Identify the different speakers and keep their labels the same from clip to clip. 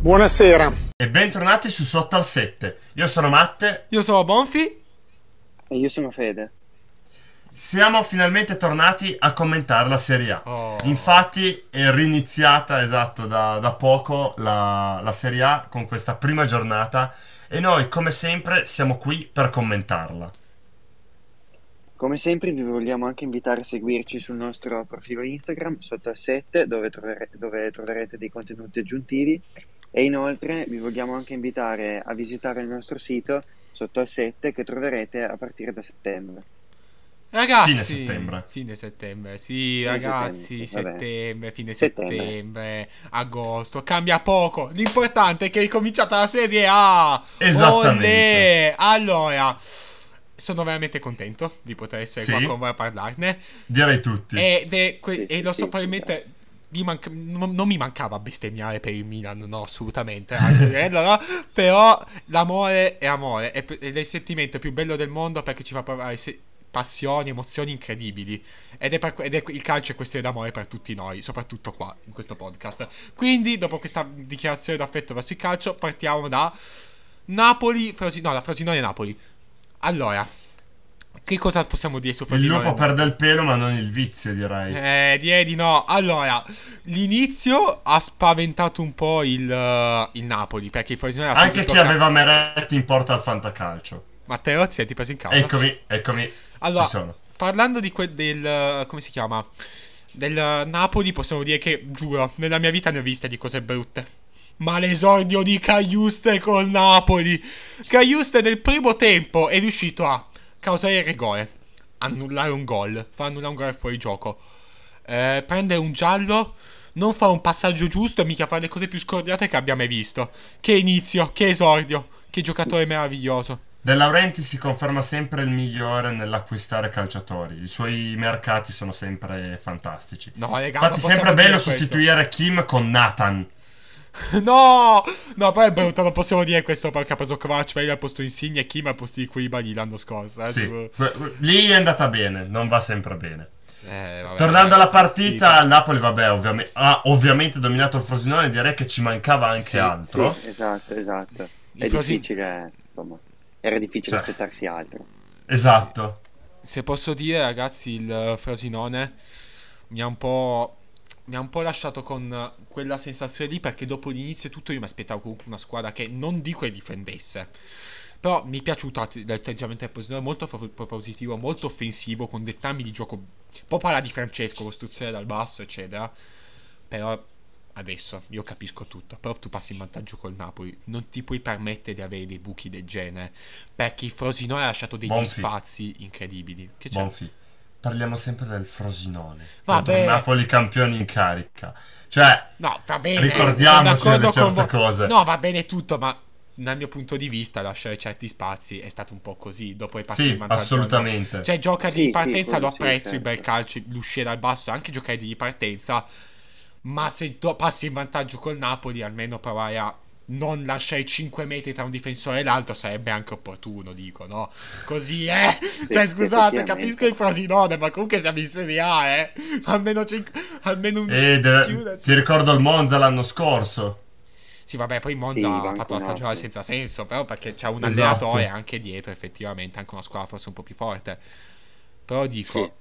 Speaker 1: Buonasera.
Speaker 2: E bentornati su Sotto al 7. Io sono Matte.
Speaker 3: Io sono Bonfi.
Speaker 4: E io sono Fede.
Speaker 2: Siamo finalmente tornati a commentare la Serie A.
Speaker 3: Oh.
Speaker 2: Infatti è riniziata, esatto, da poco la Serie A con questa prima giornata e noi, come sempre, siamo qui per commentarla.
Speaker 4: Come sempre vi vogliamo anche invitare a seguirci sul nostro profilo Instagram Sotto al 7 dove troverete dei contenuti aggiuntivi, e inoltre vi vogliamo anche invitare a visitare il nostro sito Sotto al 7 che troverete a partire da settembre.
Speaker 3: Ragazzi,
Speaker 2: Fine settembre.
Speaker 3: sì,
Speaker 4: Fine
Speaker 3: ragazzi,
Speaker 4: settembre,
Speaker 3: fine
Speaker 4: Settembre.
Speaker 3: settembre, agosto, cambia poco. L'importante è che è cominciata la Serie A.
Speaker 2: Esattamente.
Speaker 3: Olè! Allora, sono veramente contento di poter essere
Speaker 2: Sì.
Speaker 3: qua con voi a parlarne.
Speaker 2: Direi tutti.
Speaker 3: E lo so,
Speaker 4: sì,
Speaker 3: probabilmente non mi mancava bestemmiare per il Milan, no, assolutamente. Anzi, no, però l'amore è amore ed è il sentimento più bello del mondo, perché ci fa provare passioni, emozioni incredibili. Il calcio è questione d'amore per tutti noi, soprattutto qua in questo podcast. Quindi, dopo questa dichiarazione d'affetto verso il calcio, partiamo da Napoli, da Frosinone Napoli. Allora, che cosa possiamo dire su
Speaker 2: Il
Speaker 3: Frosinone?
Speaker 2: lupo perde il pelo, ma non il vizio, direi.
Speaker 3: Direi di no. Allora, l'inizio ha spaventato un po' il Napoli, perché il Frosinone ha
Speaker 2: Anche
Speaker 3: subito
Speaker 2: chi aveva Meretti in porta al fantacalcio.
Speaker 3: Matteo, ti hai preso in causa?
Speaker 2: Eccomi.
Speaker 3: Allora,
Speaker 2: Ci sono.
Speaker 3: parlando di del come si chiama? Del Napoli, possiamo dire che, giuro, nella mia vita ne ho viste di cose brutte. Ma l'esordio di Cagliuste col Napoli. Cagliuste nel primo tempo è riuscito a causare il rigore, annullare un gol, far annullare un gol fuori gioco, prendere un giallo, non fare un passaggio giusto e mica fare le cose più scordate che abbia mai visto. Che inizio, che esordio, che giocatore meraviglioso.
Speaker 2: De Laurenti si conferma sempre il migliore nell'acquistare calciatori. I suoi mercati sono sempre fantastici.
Speaker 3: No, raga,
Speaker 2: Infatti,
Speaker 3: non
Speaker 2: sempre
Speaker 3: possiamo
Speaker 2: bello
Speaker 3: dire questo.
Speaker 2: sostituire Kim con Nathan.
Speaker 3: No, poi è brutto, non possiamo dire questo, perché ha preso Kvaratskhelia al posto di Insigne e Kim al posto di Koulibaly l'anno scorso.
Speaker 2: Sì, lì è andata bene, non va sempre bene.
Speaker 3: Vabbè,
Speaker 2: Tornando alla partita,
Speaker 3: sì.
Speaker 2: il Napoli, vabbè, ha ovviamente dominato il Frosinone. Direi che ci mancava anche
Speaker 3: Sì.
Speaker 2: altro.
Speaker 4: Sì, esatto. È
Speaker 3: Frosin-
Speaker 4: difficile, insomma, era difficile
Speaker 2: Cioè.
Speaker 4: aspettarsi altro.
Speaker 2: Esatto.
Speaker 3: Se posso dire, ragazzi, il Frosinone mi ha un po' lasciato con quella sensazione lì, perché dopo l'inizio tutto io mi aspettavo comunque una squadra che non dico che difendesse, però mi è piaciuto l'atteggiamento del Frosinone, molto propositivo, molto offensivo, con dettami di gioco proprio alla Di Francesco, costruzione dal basso eccetera. Però adesso io capisco tutto, però tu passi in vantaggio col Napoli, non ti puoi permettere di avere dei buchi del genere, perché il Frosinone ha lasciato degli
Speaker 2: Bonfi.
Speaker 3: spazi incredibili. Che c'è?
Speaker 2: Bonfi, parliamo sempre del Frosinone.
Speaker 3: Vabbè.
Speaker 2: Contro il Napoli campioni in carica. Cioè,
Speaker 3: No, va bene,
Speaker 2: ricordiamoci
Speaker 3: sono
Speaker 2: di
Speaker 3: d'accordo
Speaker 2: certe
Speaker 3: con
Speaker 2: cose.
Speaker 3: No, va bene tutto, ma dal mio punto di vista lasciare certi spazi è stato un po' così. Dopo i passi
Speaker 2: Sì,
Speaker 3: in vantaggio,
Speaker 2: assolutamente.
Speaker 3: cioè gioca
Speaker 4: Sì,
Speaker 3: di partenza,
Speaker 4: sì,
Speaker 3: lo
Speaker 4: quello sì,
Speaker 3: apprezzo, il bel
Speaker 4: certo.
Speaker 3: calcio, l'uscire dal basso, anche giocare di partenza. Ma se passi in vantaggio col Napoli, almeno provare a non lasciare 5 metri tra un difensore e l'altro sarebbe anche opportuno, dico, no? Così, cioè, scusate,
Speaker 4: effettivamente.
Speaker 3: capisco il Frosinone, ma comunque siamo in Serie A, almeno almeno un chiuderci.
Speaker 2: Ti ricordo il Monza l'anno scorso.
Speaker 3: Sì, vabbè, poi Monza
Speaker 4: Sì,
Speaker 3: ha
Speaker 4: manco
Speaker 3: fatto una
Speaker 4: un
Speaker 3: stagione
Speaker 4: altro.
Speaker 3: senza senso, però perché c'è un
Speaker 2: Esatto.
Speaker 3: allenatore anche dietro, effettivamente, anche una squadra forse un po' più forte. Però dico...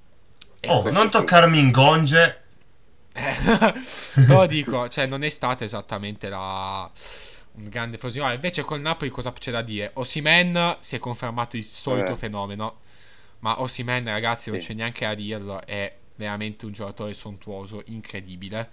Speaker 2: Oh,
Speaker 4: questo
Speaker 2: non
Speaker 4: sì.
Speaker 2: toccarmi in gonge.
Speaker 3: Però dico, cioè, non è stata esattamente un grande Frosinone. Invece col Napoli cosa c'è da dire? Osimhen si è confermato il solito
Speaker 4: Vabbè.
Speaker 3: fenomeno. Ma Osimhen, ragazzi, non
Speaker 4: Sì.
Speaker 3: c'è neanche a dirlo, è veramente un giocatore sontuoso, incredibile.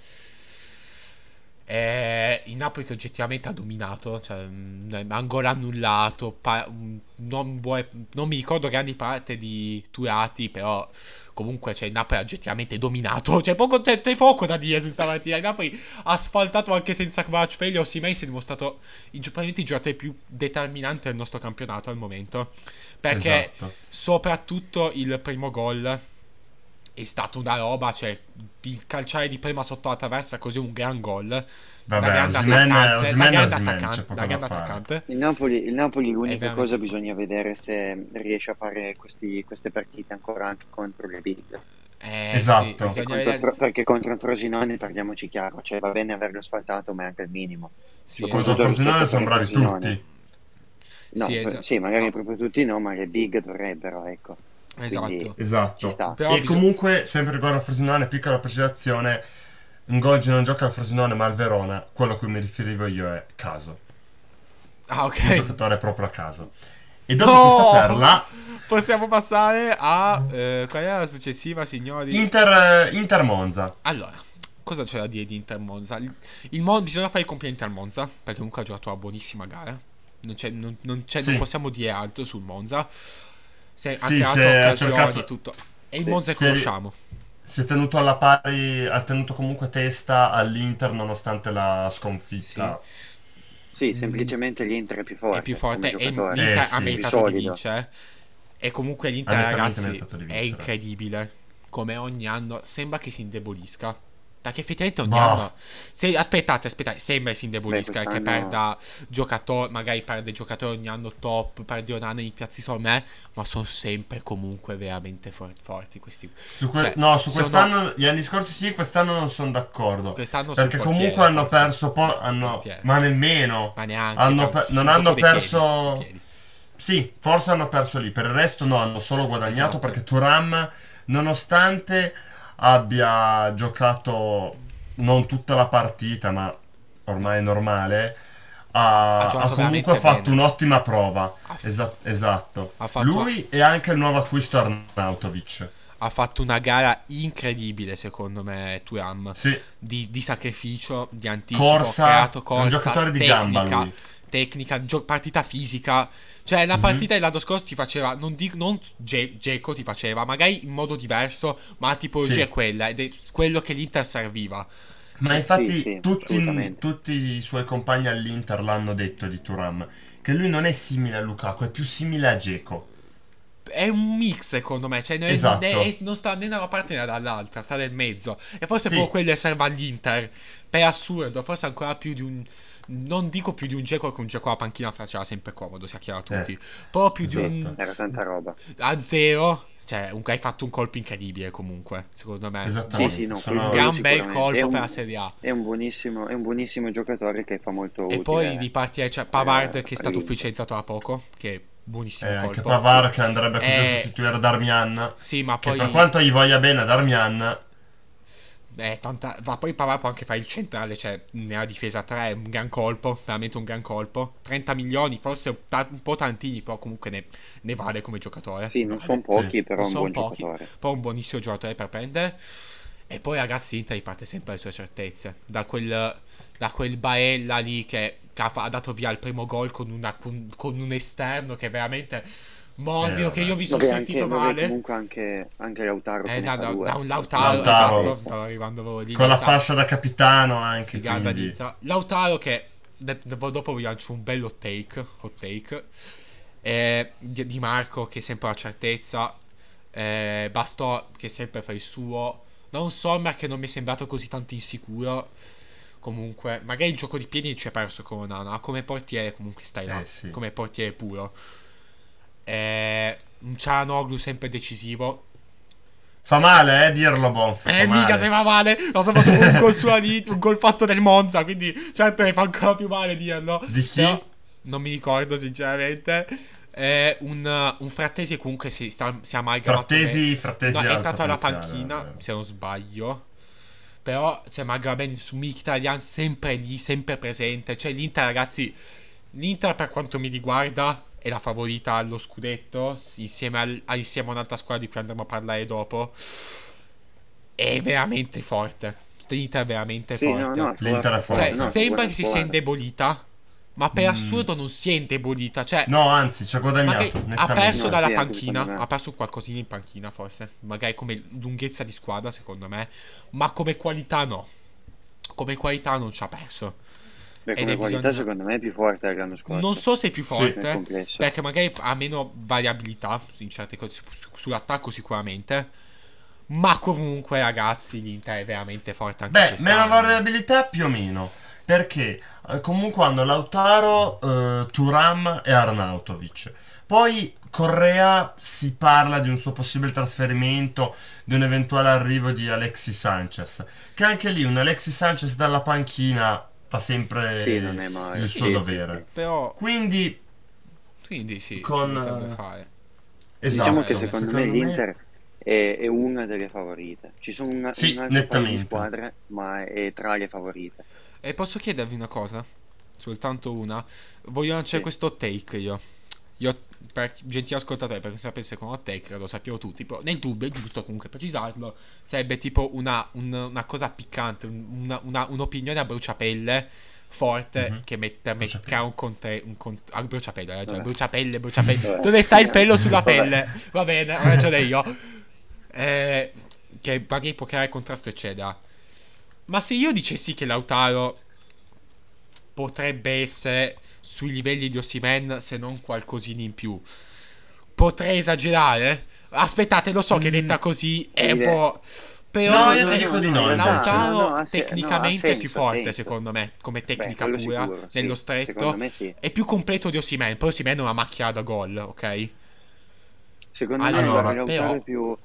Speaker 3: Il Napoli che oggettivamente ha dominato, cioè, ancora annullato, non mi ricordo grandi parte di Turati, però comunque il Napoli ha oggettivamente dominato, c'è poco da dire su stamattina. Il Napoli ha asfaltato anche senza Kvaratskhelia. Osimhen si è dimostrato probabilmente il giocatore più determinante del nostro campionato al momento, perché
Speaker 2: Esatto.
Speaker 3: soprattutto il primo gol è stato una roba, cioè di calciare di prima sotto la traversa così, un gran gol.
Speaker 2: Vabbè, Osimhen, c'è poco
Speaker 3: da
Speaker 2: da
Speaker 3: grande
Speaker 2: fare.
Speaker 3: attaccante.
Speaker 4: Il Napoli
Speaker 3: È
Speaker 4: l'unica
Speaker 3: veramente
Speaker 4: cosa
Speaker 3: forte.
Speaker 4: bisogna vedere se riesce a fare queste partite ancora anche contro le big.
Speaker 3: Sì,
Speaker 2: Esatto.
Speaker 3: bisogna vedere.
Speaker 4: Perché contro il Frosinone, parliamoci chiaro, cioè va bene averlo sfaltato, ma è anche il minimo.
Speaker 3: Sì,
Speaker 2: Contro il
Speaker 4: Soprattutto
Speaker 3: esatto.
Speaker 2: Frosinone
Speaker 4: rispetto per
Speaker 2: sono
Speaker 4: il
Speaker 2: bravi
Speaker 4: Frosinone.
Speaker 2: tutti.
Speaker 3: Sì,
Speaker 4: No,
Speaker 3: esatto.
Speaker 4: sì, magari
Speaker 3: No,
Speaker 4: proprio tutti no, ma le big dovrebbero, ecco. Quindi
Speaker 3: esatto.
Speaker 4: ci
Speaker 2: Esatto.
Speaker 4: sta.
Speaker 3: Però
Speaker 2: E
Speaker 3: bisogna...
Speaker 2: comunque, sempre riguardo al Frosinone, piccola precisazione, Ngoggi non gioca al Frosinone ma al Verona, quello a cui mi riferivo io è caso.
Speaker 3: Ah, ok.
Speaker 2: Un giocatore proprio a caso. E dopo questa
Speaker 3: No!
Speaker 2: perla,
Speaker 3: Possiamo passare a... qual è la successiva, signori?
Speaker 2: Inter Monza.
Speaker 3: Allora, cosa c'è da dire di Inter Monza? Bisogna fare i complimenti al Monza, perché comunque ha giocato una buonissima gara. Non
Speaker 2: Sì,
Speaker 3: possiamo dire altro sul Monza. Ha
Speaker 2: sì,
Speaker 3: creato
Speaker 2: ha
Speaker 3: occasioni,
Speaker 2: cercato,
Speaker 3: tutto. E il
Speaker 4: Sì.
Speaker 3: Monza che
Speaker 2: si è,
Speaker 3: conosciamo.
Speaker 2: si è tenuto alla pari, ha tenuto comunque testa all'Inter nonostante la
Speaker 3: Sì.
Speaker 2: sconfitta.
Speaker 4: Sì,
Speaker 3: Mm,
Speaker 4: semplicemente l'Inter è più
Speaker 3: è più
Speaker 4: forte come
Speaker 3: forte e
Speaker 4: giocatore,
Speaker 2: Eh
Speaker 3: l'Inter ha
Speaker 2: sì,
Speaker 4: più
Speaker 3: meritato di
Speaker 4: solido.
Speaker 3: vincere. E comunque
Speaker 2: ha
Speaker 3: l'Inter,
Speaker 2: nettamente
Speaker 3: ragazzi,
Speaker 2: meritato di
Speaker 3: è
Speaker 2: vincere.
Speaker 3: incredibile. Come ogni anno sembra che si indebolisca. Perché effettivamente ogni
Speaker 2: Boh,
Speaker 3: anno. Aspettate, sembra che si
Speaker 4: Beh,
Speaker 3: indebolisca. Che
Speaker 4: quest'anno
Speaker 3: perda giocatori, magari perde giocatori ogni anno top, perde un anno in piazzi me. Ma sono sempre comunque veramente forti questi. Cioè,
Speaker 2: no, su
Speaker 3: sono.
Speaker 2: quest'anno, gli anni scorsi sì, quest'anno non sono d'accordo.
Speaker 3: Quest'anno sul
Speaker 2: Perché comunque
Speaker 3: portiere,
Speaker 2: hanno
Speaker 3: forse.
Speaker 2: perso,
Speaker 3: No, sul portiere.
Speaker 2: ma nemmeno.
Speaker 3: Ma neanche, cioè,
Speaker 2: Non
Speaker 3: sul gioco
Speaker 2: hanno
Speaker 3: dei piedi. Dei
Speaker 2: perso.
Speaker 3: piedi.
Speaker 2: Sì, forse hanno perso lì, per il resto no, hanno solo guadagnato
Speaker 3: Esatto.
Speaker 2: perché Thuram, nonostante abbia giocato non tutta la partita, ma ormai è normale,
Speaker 3: Ha
Speaker 2: ha
Speaker 3: giocato
Speaker 2: comunque
Speaker 3: veramente
Speaker 2: fatto
Speaker 3: bene.
Speaker 2: un'ottima prova.
Speaker 3: Ha,
Speaker 2: Esatto.
Speaker 3: ha fatto,
Speaker 2: Lui e anche il nuovo acquisto Arnautovic.
Speaker 3: ha fatto una gara incredibile, secondo me, Turam.
Speaker 2: Sì,
Speaker 3: Di sacrificio, di anticipo, ha
Speaker 2: corsa,
Speaker 3: creato
Speaker 2: è un
Speaker 3: corsa,
Speaker 2: giocatore di gamba lui.
Speaker 3: partita fisica. Cioè, la
Speaker 2: Mhm.
Speaker 3: partita dell'anno scorso ti faceva, non Dzeko ti faceva, magari in modo diverso, ma la tipologia
Speaker 2: Sì.
Speaker 3: è quella, ed è quello che l'Inter serviva.
Speaker 2: Ma
Speaker 4: sì,
Speaker 2: infatti
Speaker 4: sì, assolutamente.
Speaker 2: tutti i suoi compagni all'Inter l'hanno detto di Thuram, che lui non è simile a Lukaku, è più simile a Dzeko.
Speaker 3: È un mix secondo me, cioè
Speaker 2: Esatto.
Speaker 3: non sta né da una parte né dall'altra, sta nel mezzo. E forse è proprio
Speaker 2: Sì,
Speaker 3: quello che serve all'Inter. Per assurdo, forse ancora più di un. Non dico più di un Dzeko, che un Dzeko alla panchina faceva sempre comodo, sia chiaro a
Speaker 2: eh,
Speaker 3: tutti. Però più di
Speaker 4: Sì,
Speaker 3: un.
Speaker 2: esatto.
Speaker 4: era tanta roba.
Speaker 3: A zero. Cioè, hai fatto un colpo incredibile comunque, secondo me.
Speaker 4: Sì, sì,
Speaker 2: Esattamente.
Speaker 4: no,
Speaker 3: Un
Speaker 4: quello
Speaker 3: gran bel
Speaker 4: sicuramente.
Speaker 3: colpo per la Serie A.
Speaker 4: È un buonissimo giocatore che fa molto
Speaker 3: E poi
Speaker 4: utile
Speaker 3: di partire, cioè Pavard che è stato
Speaker 4: all'Inter.
Speaker 3: ufficializzato da poco, che buonissimo
Speaker 2: Anche
Speaker 3: colpo.
Speaker 4: Sì,
Speaker 2: Pavard che andrebbe così a sostituire Darmian,
Speaker 3: Sì, ma
Speaker 2: che per
Speaker 3: poi
Speaker 2: quanto gli voglia bene a Darmian,
Speaker 3: ma poi Pavard può anche fare il centrale, cioè nella difesa 3 è un gran colpo, veramente un gran colpo. 30 milioni, forse un po' tantini, però comunque ne vale come giocatore.
Speaker 4: sì, non sono
Speaker 3: Vale.
Speaker 2: sì.
Speaker 4: pochi, però
Speaker 3: Non
Speaker 4: è un
Speaker 3: sono
Speaker 4: buon
Speaker 3: pochi,
Speaker 4: giocatore.
Speaker 3: però un buonissimo giocatore per prendere. E poi ragazzi Inter riparte sempre le sue certezze. Da quel Baella lì che ha dato via il primo gol con un esterno che veramente morbido, che io
Speaker 2: Vabbè.
Speaker 3: mi sono sentito
Speaker 4: Dove
Speaker 3: male.
Speaker 4: comunque anche Lautaro te ne
Speaker 3: Da,
Speaker 4: fa
Speaker 3: da- da
Speaker 4: due.
Speaker 3: un
Speaker 4: Forse
Speaker 3: Lautaro,
Speaker 4: neanche
Speaker 3: esatto,
Speaker 2: Lautaro,
Speaker 4: certezza.
Speaker 3: stavo arrivando proprio lì,
Speaker 2: con la
Speaker 3: Lautaro
Speaker 2: fascia da capitano
Speaker 3: si
Speaker 2: anche, quindi.
Speaker 3: galvanizza. Lautaro che dopo vi lancio un bello hot take. Di Marco che è sempre la certezza. Bastò che sempre fa il suo. Non Sommer che non mi è sembrato così tanto insicuro. Comunque, magari il gioco di piedi ci è perso con Onana, ma come portiere comunque stai là.
Speaker 2: Sì.
Speaker 3: Come portiere puro. Un Cianoglu sempre decisivo.
Speaker 2: Fa male, dirlo, Bonf, fa
Speaker 3: Mica se
Speaker 2: male.
Speaker 3: va male. Ho saputo un gol su un gol fatto del Monza. Quindi, certo, mi fa ancora più male dirlo.
Speaker 2: Di chi?
Speaker 3: Però, non mi ricordo, sinceramente. Un Frattesi comunque si è amalgamato bene.
Speaker 2: Frattesi
Speaker 3: No, è
Speaker 2: ha il
Speaker 3: entrato alla
Speaker 2: potenziale,
Speaker 3: panchina,
Speaker 2: vero.
Speaker 3: se non sbaglio. Però, cioè, amalgama bene su Mkhitaryan, sempre lì, sempre presente. Cioè, l'Inter, ragazzi. L'Inter, per quanto mi riguarda, è la favorita allo scudetto. Insieme a un'altra squadra di cui andremo a parlare dopo. È veramente forte. L'Inter è veramente
Speaker 4: Sì, no, no,
Speaker 3: forte.
Speaker 4: è
Speaker 2: L'Inter è
Speaker 4: forte.
Speaker 3: Cioè,
Speaker 2: forte.
Speaker 4: No, è
Speaker 3: sembra
Speaker 4: buona
Speaker 3: che si sia
Speaker 4: squadra.
Speaker 3: indebolita. Ma per
Speaker 2: Mm.
Speaker 3: assurdo non si è indebolita. Cioè,
Speaker 2: No, anzi, ci ha
Speaker 3: magari
Speaker 2: guadagnato,
Speaker 3: ha perso
Speaker 2: nettamente.
Speaker 4: No,
Speaker 3: dalla
Speaker 4: sì, anche secondo
Speaker 3: panchina.
Speaker 4: me.
Speaker 3: Ha perso qualcosina in panchina, forse. Magari come lunghezza di squadra, secondo me. Ma come qualità no. Come qualità non ci ha perso.
Speaker 4: Beh,
Speaker 3: Ed
Speaker 4: come
Speaker 3: è
Speaker 4: qualità
Speaker 3: bisogna.
Speaker 4: secondo me è più forte dell'anno
Speaker 3: Non
Speaker 4: scorso,
Speaker 3: so se è più
Speaker 2: Sì.
Speaker 4: nel
Speaker 3: forte.
Speaker 4: complesso.
Speaker 3: Perché magari ha meno variabilità in certe cose. Sull'attacco sicuramente. Ma comunque, ragazzi, l'Inter è veramente forte anche
Speaker 2: Beh, meno
Speaker 3: quest'anno.
Speaker 2: variabilità più o meno. Perché comunque hanno Lautaro, Thuram e Arnautovic. Poi Correa si parla di un suo possibile trasferimento, di un eventuale arrivo di Alexis Sanchez, che anche lì un Alexis Sanchez dalla panchina fa
Speaker 4: Sì, non
Speaker 2: sempre
Speaker 4: è
Speaker 2: il
Speaker 4: male.
Speaker 2: suo
Speaker 4: Sì, sì, sì.
Speaker 2: dovere.
Speaker 3: Però,
Speaker 2: Quindi,
Speaker 3: quindi sì, ci
Speaker 2: con...
Speaker 3: potrebbe fare.
Speaker 4: Diciamo che
Speaker 3: Potrebbe.
Speaker 2: esatto,
Speaker 4: secondo me
Speaker 2: secondo me...
Speaker 4: l'Inter è una delle favorite. Ci sono un
Speaker 2: Sì,
Speaker 4: altro paio di
Speaker 2: nettamente.
Speaker 4: squadre, ma è tra le favorite.
Speaker 3: E posso chiedervi una cosa? Soltanto una. Voglio lanciare
Speaker 4: Sì.
Speaker 3: questo hot take io. Io, per gentili ascoltatori, perché sapesse con hot take, lo sappiamo tutti, però nel dubbio è giusto comunque precisarlo, sarebbe tipo una cosa piccante, un'opinione a bruciapelle forte
Speaker 2: Mhm.
Speaker 3: che mette
Speaker 2: Faccia
Speaker 3: che ha
Speaker 2: pelle.
Speaker 3: a bruciapelle, hai ragione,
Speaker 4: Vabbè.
Speaker 3: bruciapelle.
Speaker 4: Vabbè.
Speaker 3: Dove sta il pelo sulla
Speaker 4: Vabbè.
Speaker 3: pelle? Va bene, ho ragione io. Eh, che magari può creare contrasto, eccetera. Ma se io dicessi che Lautaro potrebbe essere sui livelli di Osimhen, se non qualcosina in più, potrei esagerare? Aspettate, lo so che
Speaker 2: Mm,
Speaker 3: detta così è un
Speaker 4: Evidente.
Speaker 3: po'.
Speaker 2: no,
Speaker 4: No,
Speaker 3: Però
Speaker 2: io
Speaker 4: no,
Speaker 2: ti
Speaker 4: no,
Speaker 2: dico di
Speaker 4: no, in
Speaker 2: no
Speaker 4: realtà,
Speaker 2: invece.
Speaker 4: no, no,
Speaker 3: Lautaro
Speaker 4: no, ha
Speaker 3: tecnicamente è più
Speaker 4: senso, ha
Speaker 3: forte,
Speaker 4: senso.
Speaker 3: secondo me, come
Speaker 4: Beh,
Speaker 3: tecnica
Speaker 4: quello
Speaker 3: pura,
Speaker 4: sicuro,
Speaker 3: nello
Speaker 4: sì. Secondo
Speaker 3: stretto.
Speaker 4: me sì.
Speaker 3: È più completo di Osimhen. Poi Osimhen è una macchina da gol, ok?
Speaker 4: Secondo me
Speaker 2: Allora,
Speaker 4: Lautaro è
Speaker 3: Però.
Speaker 4: più,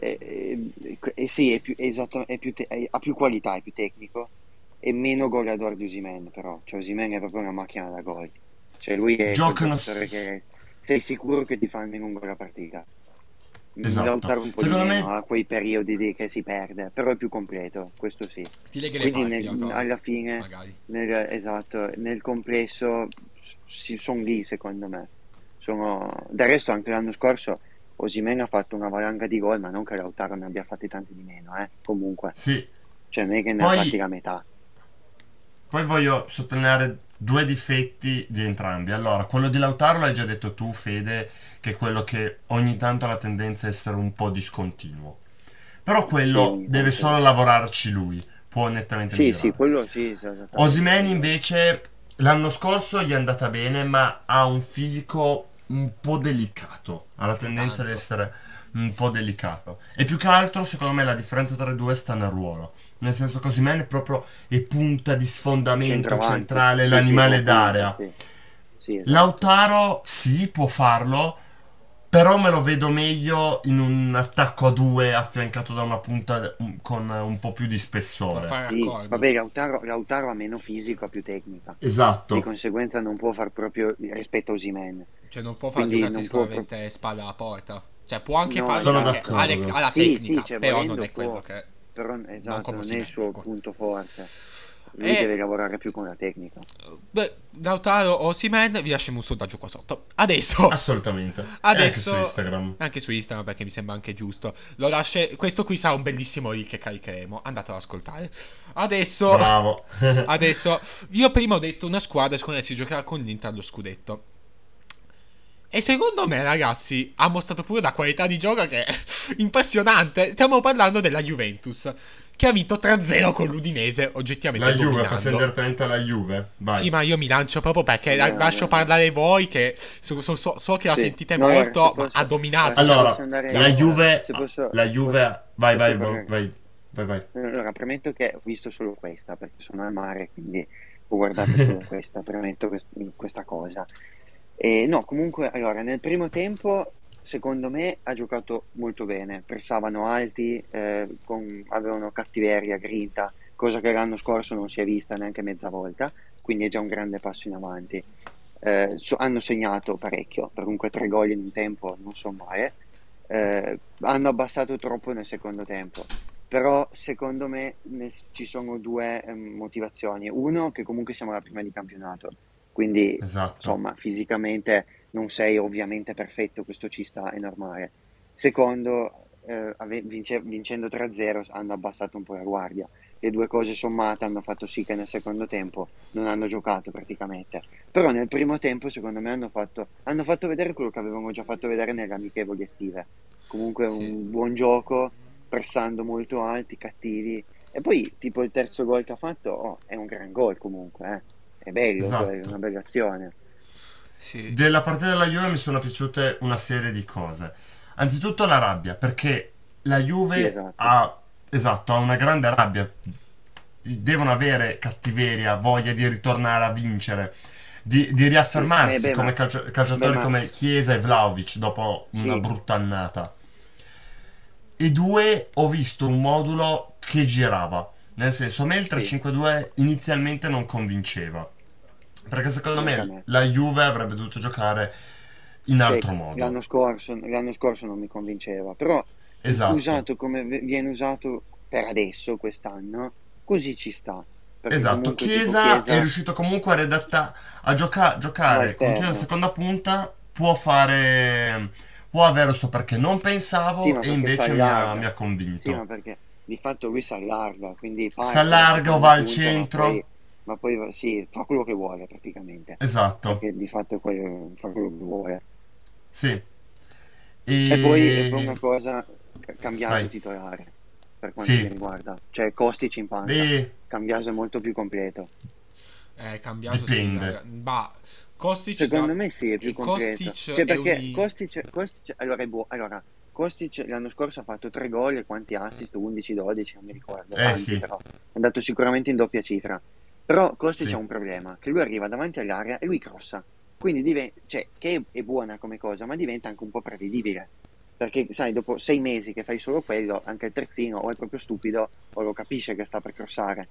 Speaker 4: sì, è più, esatto, ha più qualità, è più tecnico e meno goleador di Osimhen, però. Cioè, Osimhen è proprio una macchina da gol. Cioè, lui è quel
Speaker 2: giocano...
Speaker 4: giocatore che sei sicuro che ti fa almeno un gol a partita.
Speaker 2: Esatto.
Speaker 4: Lautaro un po' di
Speaker 2: Secondo
Speaker 4: meno,
Speaker 2: me...
Speaker 4: ha quei periodi che si perde, però è più completo, questo sì.
Speaker 3: Ti leghe le
Speaker 4: Quindi
Speaker 3: parti, Lautaro.
Speaker 4: alla fine,
Speaker 3: Magari.
Speaker 4: esatto, nel complesso si sono lì secondo me. Del resto anche l'anno scorso Osimhen ha fatto una valanga di gol, ma non che Lautaro ne abbia fatti tanti di meno, comunque.
Speaker 2: Sì.
Speaker 4: Cioè non è che ne ha fatti
Speaker 2: Poi
Speaker 4: la metà.
Speaker 2: Poi voglio sottolineare due difetti di entrambi. Allora, quello di Lautaro l'hai già detto tu, Fede, che è quello che ogni tanto ha la tendenza a essere un po' discontinuo. Però
Speaker 4: Sì,
Speaker 2: quello
Speaker 4: ogni
Speaker 2: deve
Speaker 4: tanto.
Speaker 2: solo lavorarci lui, può nettamente
Speaker 4: Sì, sì,
Speaker 2: migliorare.
Speaker 4: quello sì, sì, esattamente
Speaker 2: Osimhen
Speaker 4: quello.
Speaker 2: invece l'anno scorso gli è andata bene, ma ha un fisico un po' delicato, ha la
Speaker 3: Un
Speaker 2: tendenza ad
Speaker 3: tanto.
Speaker 2: essere un po' delicato. E più che altro, secondo me, la differenza tra i due sta nel ruolo. Nel senso che Osimhen è proprio è punta di sfondamento
Speaker 4: Centravanti.
Speaker 2: centrale,
Speaker 4: Sì, sì,
Speaker 2: l'animale
Speaker 4: come punta,
Speaker 2: d'area.
Speaker 4: sì. Sì, esatto.
Speaker 2: Lautaro sì, può farlo, però me lo vedo meglio in un attacco a due affiancato da una punta con un po' più di
Speaker 3: Può
Speaker 2: spessore.
Speaker 3: fare
Speaker 4: Sì,
Speaker 3: accordi.
Speaker 4: vabbè, Lautaro ha meno fisico, ha più tecnica. Di
Speaker 2: Esatto,
Speaker 4: conseguenza non può far proprio rispetto a Osimhen.
Speaker 3: Cioè, non può fare
Speaker 4: Quindi
Speaker 3: giocate
Speaker 4: non può proprio...
Speaker 3: sicuramente spalla alla porta. Cioè, può anche
Speaker 4: No,
Speaker 3: farli
Speaker 2: sono
Speaker 3: perché
Speaker 4: esatto.
Speaker 2: d'accordo.
Speaker 3: ha la
Speaker 4: Sì, sì,
Speaker 3: tecnica,
Speaker 4: cioè
Speaker 3: però non
Speaker 4: volendo
Speaker 3: è quello
Speaker 4: può,
Speaker 3: che.
Speaker 4: però
Speaker 3: Non
Speaker 4: esatto,
Speaker 3: come
Speaker 4: non è il
Speaker 3: Osimhen,
Speaker 4: suo
Speaker 3: ecco.
Speaker 4: punto forte. Lui
Speaker 3: E
Speaker 4: deve lavorare più con la tecnica.
Speaker 3: beh, Lautaro o Osimhen, vi lasciamo un sondaggio qua sotto. Adesso,
Speaker 2: assolutamente. E anche su
Speaker 3: adesso,
Speaker 2: Instagram.
Speaker 3: anche su Instagram perché mi sembra anche giusto. Questo qui sarà un bellissimo reel che caricheremo. Andatelo ad ascoltare. Adesso,
Speaker 2: Bravo.
Speaker 3: adesso, io prima ho detto una squadra, secondo me si giocherà con l'Inter allo scudetto. E secondo me, ragazzi, ha mostrato pure una qualità di gioco che è impressionante. Stiamo parlando della Juventus, che ha vinto 3-0 con l'Udinese,
Speaker 2: La
Speaker 3: oggettivamente
Speaker 2: Juve, passando
Speaker 3: dominando.
Speaker 2: direttamente alla Juve.
Speaker 3: Sì,
Speaker 2: Vai.
Speaker 3: ma io mi lancio proprio perché
Speaker 4: Andiamo,
Speaker 3: lascio
Speaker 4: andiamo.
Speaker 3: parlare voi, che so che la
Speaker 4: Sì.
Speaker 3: sentite
Speaker 4: No, allora,
Speaker 3: molto, ma ha dominato.
Speaker 4: se
Speaker 3: Cioè,
Speaker 4: posso
Speaker 2: Allora,
Speaker 4: andare,
Speaker 2: la Juve...
Speaker 4: se posso,
Speaker 2: La
Speaker 4: posso,
Speaker 2: Juve... Vai,
Speaker 4: posso
Speaker 2: vai,
Speaker 4: parlare.
Speaker 2: vai, vai, vai.
Speaker 4: Allora, premetto che ho visto solo questa, perché sono al mare, quindi ho guardato solo questa, premetto questa cosa. No, comunque, allora, nel primo tempo, secondo me, ha giocato molto bene. Pressavano alti, avevano cattiveria, grinta, cosa che l'anno scorso non si è vista neanche mezza volta, quindi è già un grande passo in avanti. Hanno segnato parecchio, per comunque 3 gol in un tempo non so male. Hanno abbassato troppo nel secondo tempo. Però secondo me ci sono due motivazioni. Uno, che comunque siamo alla prima di campionato, quindi
Speaker 2: Esatto.
Speaker 4: insomma fisicamente non sei ovviamente perfetto, questo ci sta, è normale. Secondo, vincendo 3-0 hanno abbassato un po' la guardia. Le due cose sommate hanno fatto sì che nel secondo tempo non hanno giocato praticamente. Però nel primo tempo secondo me hanno fatto vedere quello che avevano già fatto vedere nelle amichevoli estive. Comunque
Speaker 3: sì.
Speaker 4: un buon gioco, pressando molto alti, cattivi. E poi, tipo, il terzo gol che ha fatto, è un gran gol comunque, eh. È bello quello, è una
Speaker 2: Esatto.
Speaker 4: bella azione.
Speaker 3: Sì.
Speaker 2: Della partita della Juve mi sono piaciute una serie di cose. Anzitutto la rabbia, perché la
Speaker 4: Sì,
Speaker 2: Juve
Speaker 4: esatto.
Speaker 2: ha, esatto, ha una grande rabbia. Devono avere cattiveria, voglia di ritornare a vincere. di riaffermarsi
Speaker 4: beh,
Speaker 2: come
Speaker 4: beh,
Speaker 2: calciatori
Speaker 4: ma
Speaker 2: come Chiesa e Vlahovic dopo una
Speaker 4: sì,
Speaker 2: brutta annata. E due, ho visto un modulo che girava. Nel senso, a me il
Speaker 4: sì,
Speaker 2: 3-5-2 inizialmente non convinceva. Perché secondo
Speaker 4: neanche a
Speaker 2: me
Speaker 4: me.
Speaker 2: la Juve avrebbe dovuto giocare in
Speaker 4: Cioè,
Speaker 2: altro modo.
Speaker 4: l'anno scorso non mi convinceva, però
Speaker 2: Esatto.
Speaker 4: usato come viene usato per adesso, quest'anno, così ci sta. Perché
Speaker 2: Esatto,
Speaker 4: comunque tipo
Speaker 2: Chiesa è
Speaker 4: Chiesa
Speaker 2: riuscito comunque a
Speaker 4: va
Speaker 2: giocare continua
Speaker 4: esterno.
Speaker 2: seconda punta, può avere il suo perché non
Speaker 4: Sì,
Speaker 2: pensavo
Speaker 4: ma
Speaker 2: e
Speaker 4: perché si
Speaker 2: invece mi
Speaker 4: allarga.
Speaker 2: ha
Speaker 4: Sì, ma
Speaker 2: convinto.
Speaker 4: perché di fatto lui si allarga, quindi
Speaker 2: Si
Speaker 4: parte da
Speaker 2: allarga o
Speaker 4: seconda
Speaker 2: va al
Speaker 4: punta,
Speaker 2: centro,
Speaker 4: sì, fa quello che vuole praticamente.
Speaker 2: esatto,
Speaker 4: Perché di fatto fa quello che vuole.
Speaker 2: sì,
Speaker 4: E poi
Speaker 2: e
Speaker 4: una cosa, Cambiaso
Speaker 2: vai,
Speaker 4: titolare, per quanto mi
Speaker 2: sì,
Speaker 4: riguarda. Cioè, Kostic in panca.
Speaker 2: beh,
Speaker 4: Cambiaso è molto più completo.
Speaker 3: Cambiaso sì,
Speaker 2: dipende.
Speaker 3: raga. Ma Kostic
Speaker 4: Secondo
Speaker 3: da...
Speaker 4: me sì, è più
Speaker 3: E
Speaker 4: completo.
Speaker 3: Kostic
Speaker 4: Cioè,
Speaker 3: è
Speaker 4: perché
Speaker 3: un...
Speaker 4: Kostic allora è buono. Allora, Kostic l'anno scorso ha fatto 3 gol e quanti assist? 11-12, non mi ricordo, tanti
Speaker 2: Sì,
Speaker 4: però. È andato sicuramente in doppia cifra. Però Kostic ha
Speaker 2: sì,
Speaker 4: un problema, che lui arriva davanti all'area e lui crossa. Quindi cioè, che è buona come cosa, ma diventa anche un po' prevedibile. Perché, sai, dopo 6 mesi che fai solo quello, anche il terzino o è proprio stupido o lo capisce che sta per crossare.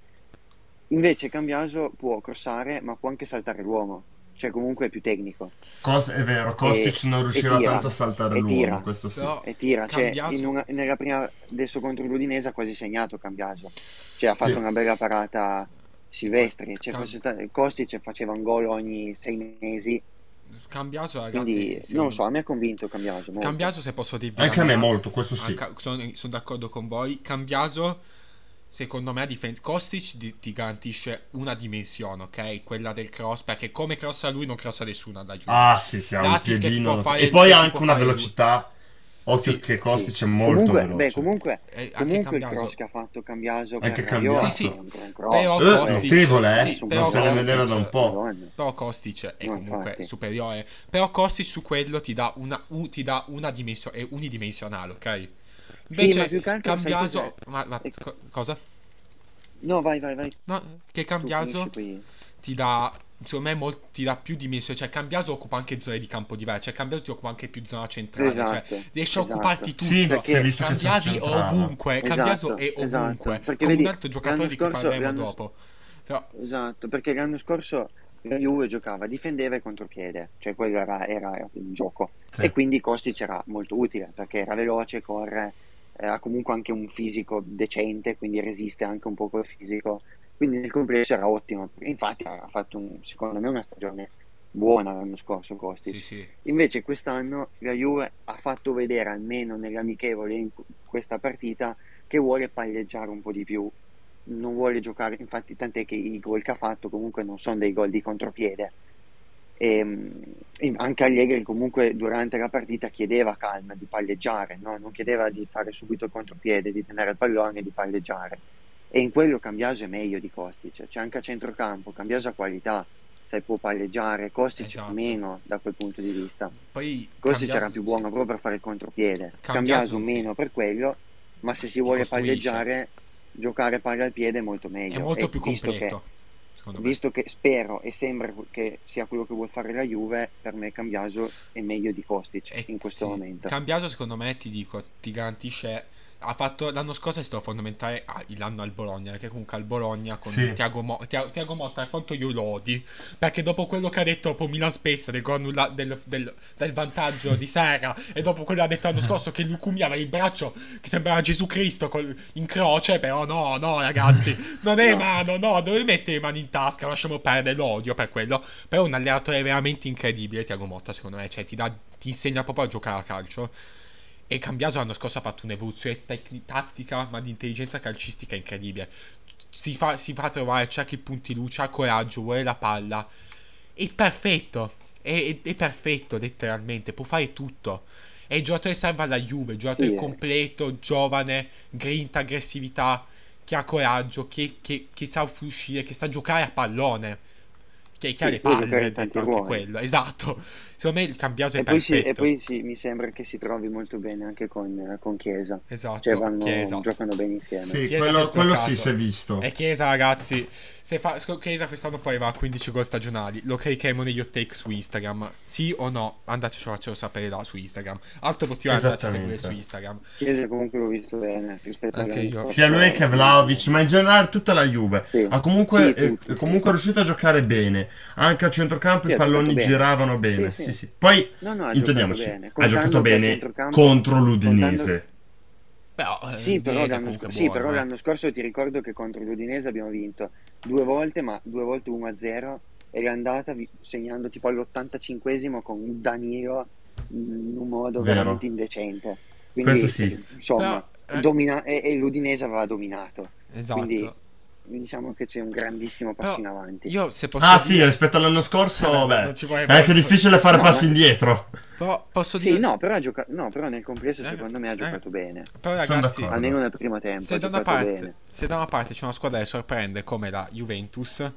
Speaker 4: Invece Cambiaso può crossare, ma può anche saltare l'uomo, cioè comunque è più tecnico
Speaker 2: È vero,
Speaker 4: e,
Speaker 2: Kostic non
Speaker 4: e
Speaker 2: riusciva
Speaker 4: tira,
Speaker 2: tanto a saltare
Speaker 4: e
Speaker 2: l'uomo,
Speaker 4: tira,
Speaker 2: questo sì.
Speaker 3: Però
Speaker 4: e tira. Cioè,
Speaker 3: Cambiaso...
Speaker 4: nella prima, adesso contro l'Udinese ha quasi segnato Cambiaso, cioè ha fatto
Speaker 2: Sì,
Speaker 4: una bella parata
Speaker 3: Ma
Speaker 4: Silvestri, cioè, Kostic faceva un gol ogni 6 mesi,
Speaker 3: Cambiaso,
Speaker 4: quindi
Speaker 3: ragazzi,
Speaker 4: non lo
Speaker 3: secondo
Speaker 4: so,
Speaker 3: me...
Speaker 4: a me ha convinto Cambiaso molto.
Speaker 3: Cambiaso, se posso dirvi la
Speaker 2: anche a me
Speaker 3: mia,
Speaker 2: molto, questo sì.
Speaker 3: sono d'accordo con voi. Cambiaso, secondo me, Kostic ti garantisce una dimensione, ok? Quella del cross, perché come crossa lui non crossa nessuno alla Juve.
Speaker 2: Ah sì, sì, ha un
Speaker 3: L'assist che ti può
Speaker 2: piedino
Speaker 3: fare,
Speaker 2: e poi ha
Speaker 3: che ti può
Speaker 2: anche una
Speaker 3: fare lui.
Speaker 2: velocità. Occhio
Speaker 3: Sì,
Speaker 2: che
Speaker 4: Sì.
Speaker 2: Kostic è molto
Speaker 4: Comunque, beh,
Speaker 2: veloce.
Speaker 3: anche
Speaker 4: comunque il cross
Speaker 3: Cambiaso.
Speaker 4: che ha fatto Cambiaso per
Speaker 2: Anche
Speaker 3: Sì,
Speaker 4: Rabiot è
Speaker 3: sì,
Speaker 2: cambiato.
Speaker 4: un gran cross,
Speaker 3: però
Speaker 4: ha
Speaker 2: Notevole,
Speaker 3: Sì,
Speaker 4: messo un
Speaker 2: non
Speaker 4: bel
Speaker 3: però
Speaker 2: se ne
Speaker 4: gol,
Speaker 2: vedeva da un
Speaker 3: Kostic,
Speaker 2: po'.
Speaker 4: Madonna.
Speaker 3: però Kostic è
Speaker 4: No,
Speaker 3: comunque
Speaker 4: infatti.
Speaker 3: superiore. Però Kostic su quello ti dà una dimensione, è unidimensionale, ok?
Speaker 4: Sì, ma
Speaker 3: Invece
Speaker 4: più che altro, sai cos'è?
Speaker 3: Cambiaso, cosa?
Speaker 4: No, vai, vai, vai.
Speaker 3: No, che
Speaker 4: Tu finisci
Speaker 3: Cambiaso
Speaker 4: poi.
Speaker 3: ti dà, secondo me, ti dà più dimensione. Cioè, Cambiaso occupa anche zone di campo diverse. Cioè, Cambiaso ti occupa anche più zona centrale. Cioè,
Speaker 4: Esatto,
Speaker 3: riesce a
Speaker 4: esatto.
Speaker 3: occuparti
Speaker 2: Sì,
Speaker 3: tutto.
Speaker 2: si è
Speaker 4: Perché,
Speaker 2: visto che si
Speaker 3: Cambiasi è
Speaker 2: accentrava.
Speaker 3: ovunque. Cambiaso
Speaker 4: esatto,
Speaker 3: è
Speaker 4: esatto.
Speaker 3: ovunque.
Speaker 4: Perché
Speaker 3: Come un
Speaker 4: vedi,
Speaker 3: altro
Speaker 4: l'anno
Speaker 3: giocatore di cui
Speaker 4: scorso,
Speaker 3: parleremo dopo. Però,
Speaker 4: esatto, perché l'anno scorso la Juve giocava, difendeva e contropiede, cioè quello era il gioco.
Speaker 2: Sì.
Speaker 4: E quindi Kostic era molto utile, perché era veloce, corre, ha comunque anche un fisico decente, quindi resiste anche un po' col fisico. Quindi nel complesso era ottimo. Infatti ha fatto, secondo me, una stagione buona l'anno scorso
Speaker 3: sì,
Speaker 4: Kostic.
Speaker 3: sì.
Speaker 4: Invece quest'anno la Juve ha fatto vedere, almeno nell'amichevole in questa partita, che vuole palleggiare un po' di più, non vuole giocare, infatti tant'è che i gol che ha fatto comunque non sono dei gol di contropiede. E anche Allegri comunque durante la partita chiedeva calma, di palleggiare, no? Non chiedeva di fare subito il contropiede, di tenere il pallone e di palleggiare. E in quello Cambiaso è meglio di Kostic, c'è anche a centrocampo, Cambiaso ha qualità, sai, può palleggiare, Kostic
Speaker 3: Esatto.
Speaker 4: meno da quel punto di vista.
Speaker 3: Poi
Speaker 4: Kostic era
Speaker 3: Cambiaso,
Speaker 4: più
Speaker 3: sì.
Speaker 4: buono proprio per fare il contropiede, Cambiaso
Speaker 3: Cambiaso, sì.
Speaker 4: meno per quello, ma se si
Speaker 3: Ti
Speaker 4: vuole
Speaker 3: costruisce.
Speaker 4: palleggiare, giocare palla al piede è molto
Speaker 3: È
Speaker 4: meglio.
Speaker 3: molto
Speaker 4: E
Speaker 3: più completo, secondo me.
Speaker 4: visto che spero e sembra che sia quello che vuole fare la Juve, per me Cambiaso è meglio di Kostic
Speaker 3: E
Speaker 4: in questo
Speaker 3: sì,
Speaker 4: momento.
Speaker 3: Cambiaso secondo me ti dico, ti garantisce. Ha fatto l'anno scorso è stato fondamentale l'anno al Bologna, perché comunque al Bologna con
Speaker 2: Sì.
Speaker 3: Thiago Motta quanto io lo odi, perché dopo quello che ha detto dopo Milan Spezia del, gol del vantaggio di Serra e dopo quello che ha detto l'anno scorso che Lukumi aveva il braccio che sembrava Gesù Cristo in croce, però no ragazzi, non è
Speaker 4: No,
Speaker 3: mano, no, dove mette le mani in tasca, lasciamo perdere l'odio per quello, però è un allenatore veramente incredibile Thiago Motta secondo me, cioè ti insegna proprio a giocare a calcio. E Cambiaso l'anno scorso ha fatto un'evoluzione tattica, ma di intelligenza calcistica incredibile. Si fa trovare, c'ha che punti luce, ha coraggio, vuole la palla. È perfetto. È perfetto, letteralmente. Può fare tutto. È il giocatore che serve alla Juve, il giocatore
Speaker 4: sì,
Speaker 3: completo, giovane, grinta, aggressività, che ha coraggio, che sa uscire, che sa giocare a pallone. Che ha
Speaker 4: sì,
Speaker 3: le
Speaker 4: può giocare
Speaker 3: palle,
Speaker 4: in tanti
Speaker 3: detto anche
Speaker 4: ruoli.
Speaker 3: quello. Esatto. Secondo me il Cambiaso è
Speaker 4: E poi, sì,
Speaker 3: perfetto.
Speaker 4: mi sembra che si trovi molto bene anche con Chiesa.
Speaker 3: Esatto,
Speaker 4: Cioè
Speaker 3: Chiesa.
Speaker 4: giocano bene insieme.
Speaker 2: Sì,
Speaker 3: Chiesa si è
Speaker 2: quello sì,
Speaker 3: sbloccato.
Speaker 2: si è visto.
Speaker 3: E Chiesa, ragazzi, Chiesa quest'anno poi va a 15 gol stagionali. Lo caricheremo negli hot take su Instagram. Sì o no? Andateci a farcelo sapere là su Instagram. Altro motivo è andate a seguire su Instagram.
Speaker 4: Chiesa comunque l'ho visto bene rispetto
Speaker 3: Anche
Speaker 4: all'anno
Speaker 3: io.
Speaker 4: scorso.
Speaker 2: Sia lui che Vlahovic, ma in generale tutta la Juve.
Speaker 4: Sì.
Speaker 2: Ha comunque,
Speaker 4: Sì, tutti,
Speaker 2: è comunque riuscito a giocare bene. Anche a centrocampo
Speaker 4: Sì,
Speaker 2: i
Speaker 4: ha giocato
Speaker 2: palloni
Speaker 4: bene.
Speaker 2: giravano bene.
Speaker 4: Sì,
Speaker 2: Sì,
Speaker 4: sì.
Speaker 2: sì. Poi,
Speaker 4: No, ha
Speaker 2: intendiamoci,
Speaker 4: giocato bene.
Speaker 2: ha giocato
Speaker 4: Contando che a
Speaker 2: bene
Speaker 4: centrocampo-
Speaker 2: contro l'Udinese.
Speaker 3: Però,
Speaker 4: Sì, però
Speaker 3: l'Udinese
Speaker 4: l'anno,
Speaker 3: comunque
Speaker 4: sì,
Speaker 3: buono,
Speaker 4: però l'anno scorso ti ricordo che contro l'Udinese abbiamo vinto 2 volte, ma 2 volte 1-0 ed è andata segnando tipo all'85esimo con un Danilo in un modo
Speaker 2: Vero.
Speaker 4: veramente indecente. Quindi,
Speaker 2: Questo sì.
Speaker 4: insomma,
Speaker 3: Però,
Speaker 4: e l'Udinese aveva dominato.
Speaker 3: esatto.
Speaker 4: Quindi diciamo che c'è un grandissimo passo in
Speaker 3: Però
Speaker 4: avanti.
Speaker 3: io se posso
Speaker 2: Ah sì,
Speaker 3: dire...
Speaker 2: rispetto all'anno scorso,
Speaker 3: Non
Speaker 2: beh,
Speaker 3: ci vuole
Speaker 2: è anche
Speaker 3: molto.
Speaker 2: difficile fare
Speaker 4: No,
Speaker 2: passi
Speaker 4: ma-
Speaker 2: indietro.
Speaker 3: Però posso
Speaker 4: Sì,
Speaker 3: dire...
Speaker 4: no, però nel complesso secondo me ha
Speaker 3: eh.
Speaker 4: giocato bene.
Speaker 3: Però
Speaker 2: Sono
Speaker 3: ragazzi,
Speaker 2: d'accordo.
Speaker 4: Almeno nel primo tempo
Speaker 3: se
Speaker 4: ha
Speaker 3: da, una
Speaker 4: giocato
Speaker 3: parte,
Speaker 4: bene.
Speaker 3: se da una parte c'è una squadra che sorprende come la Juventus,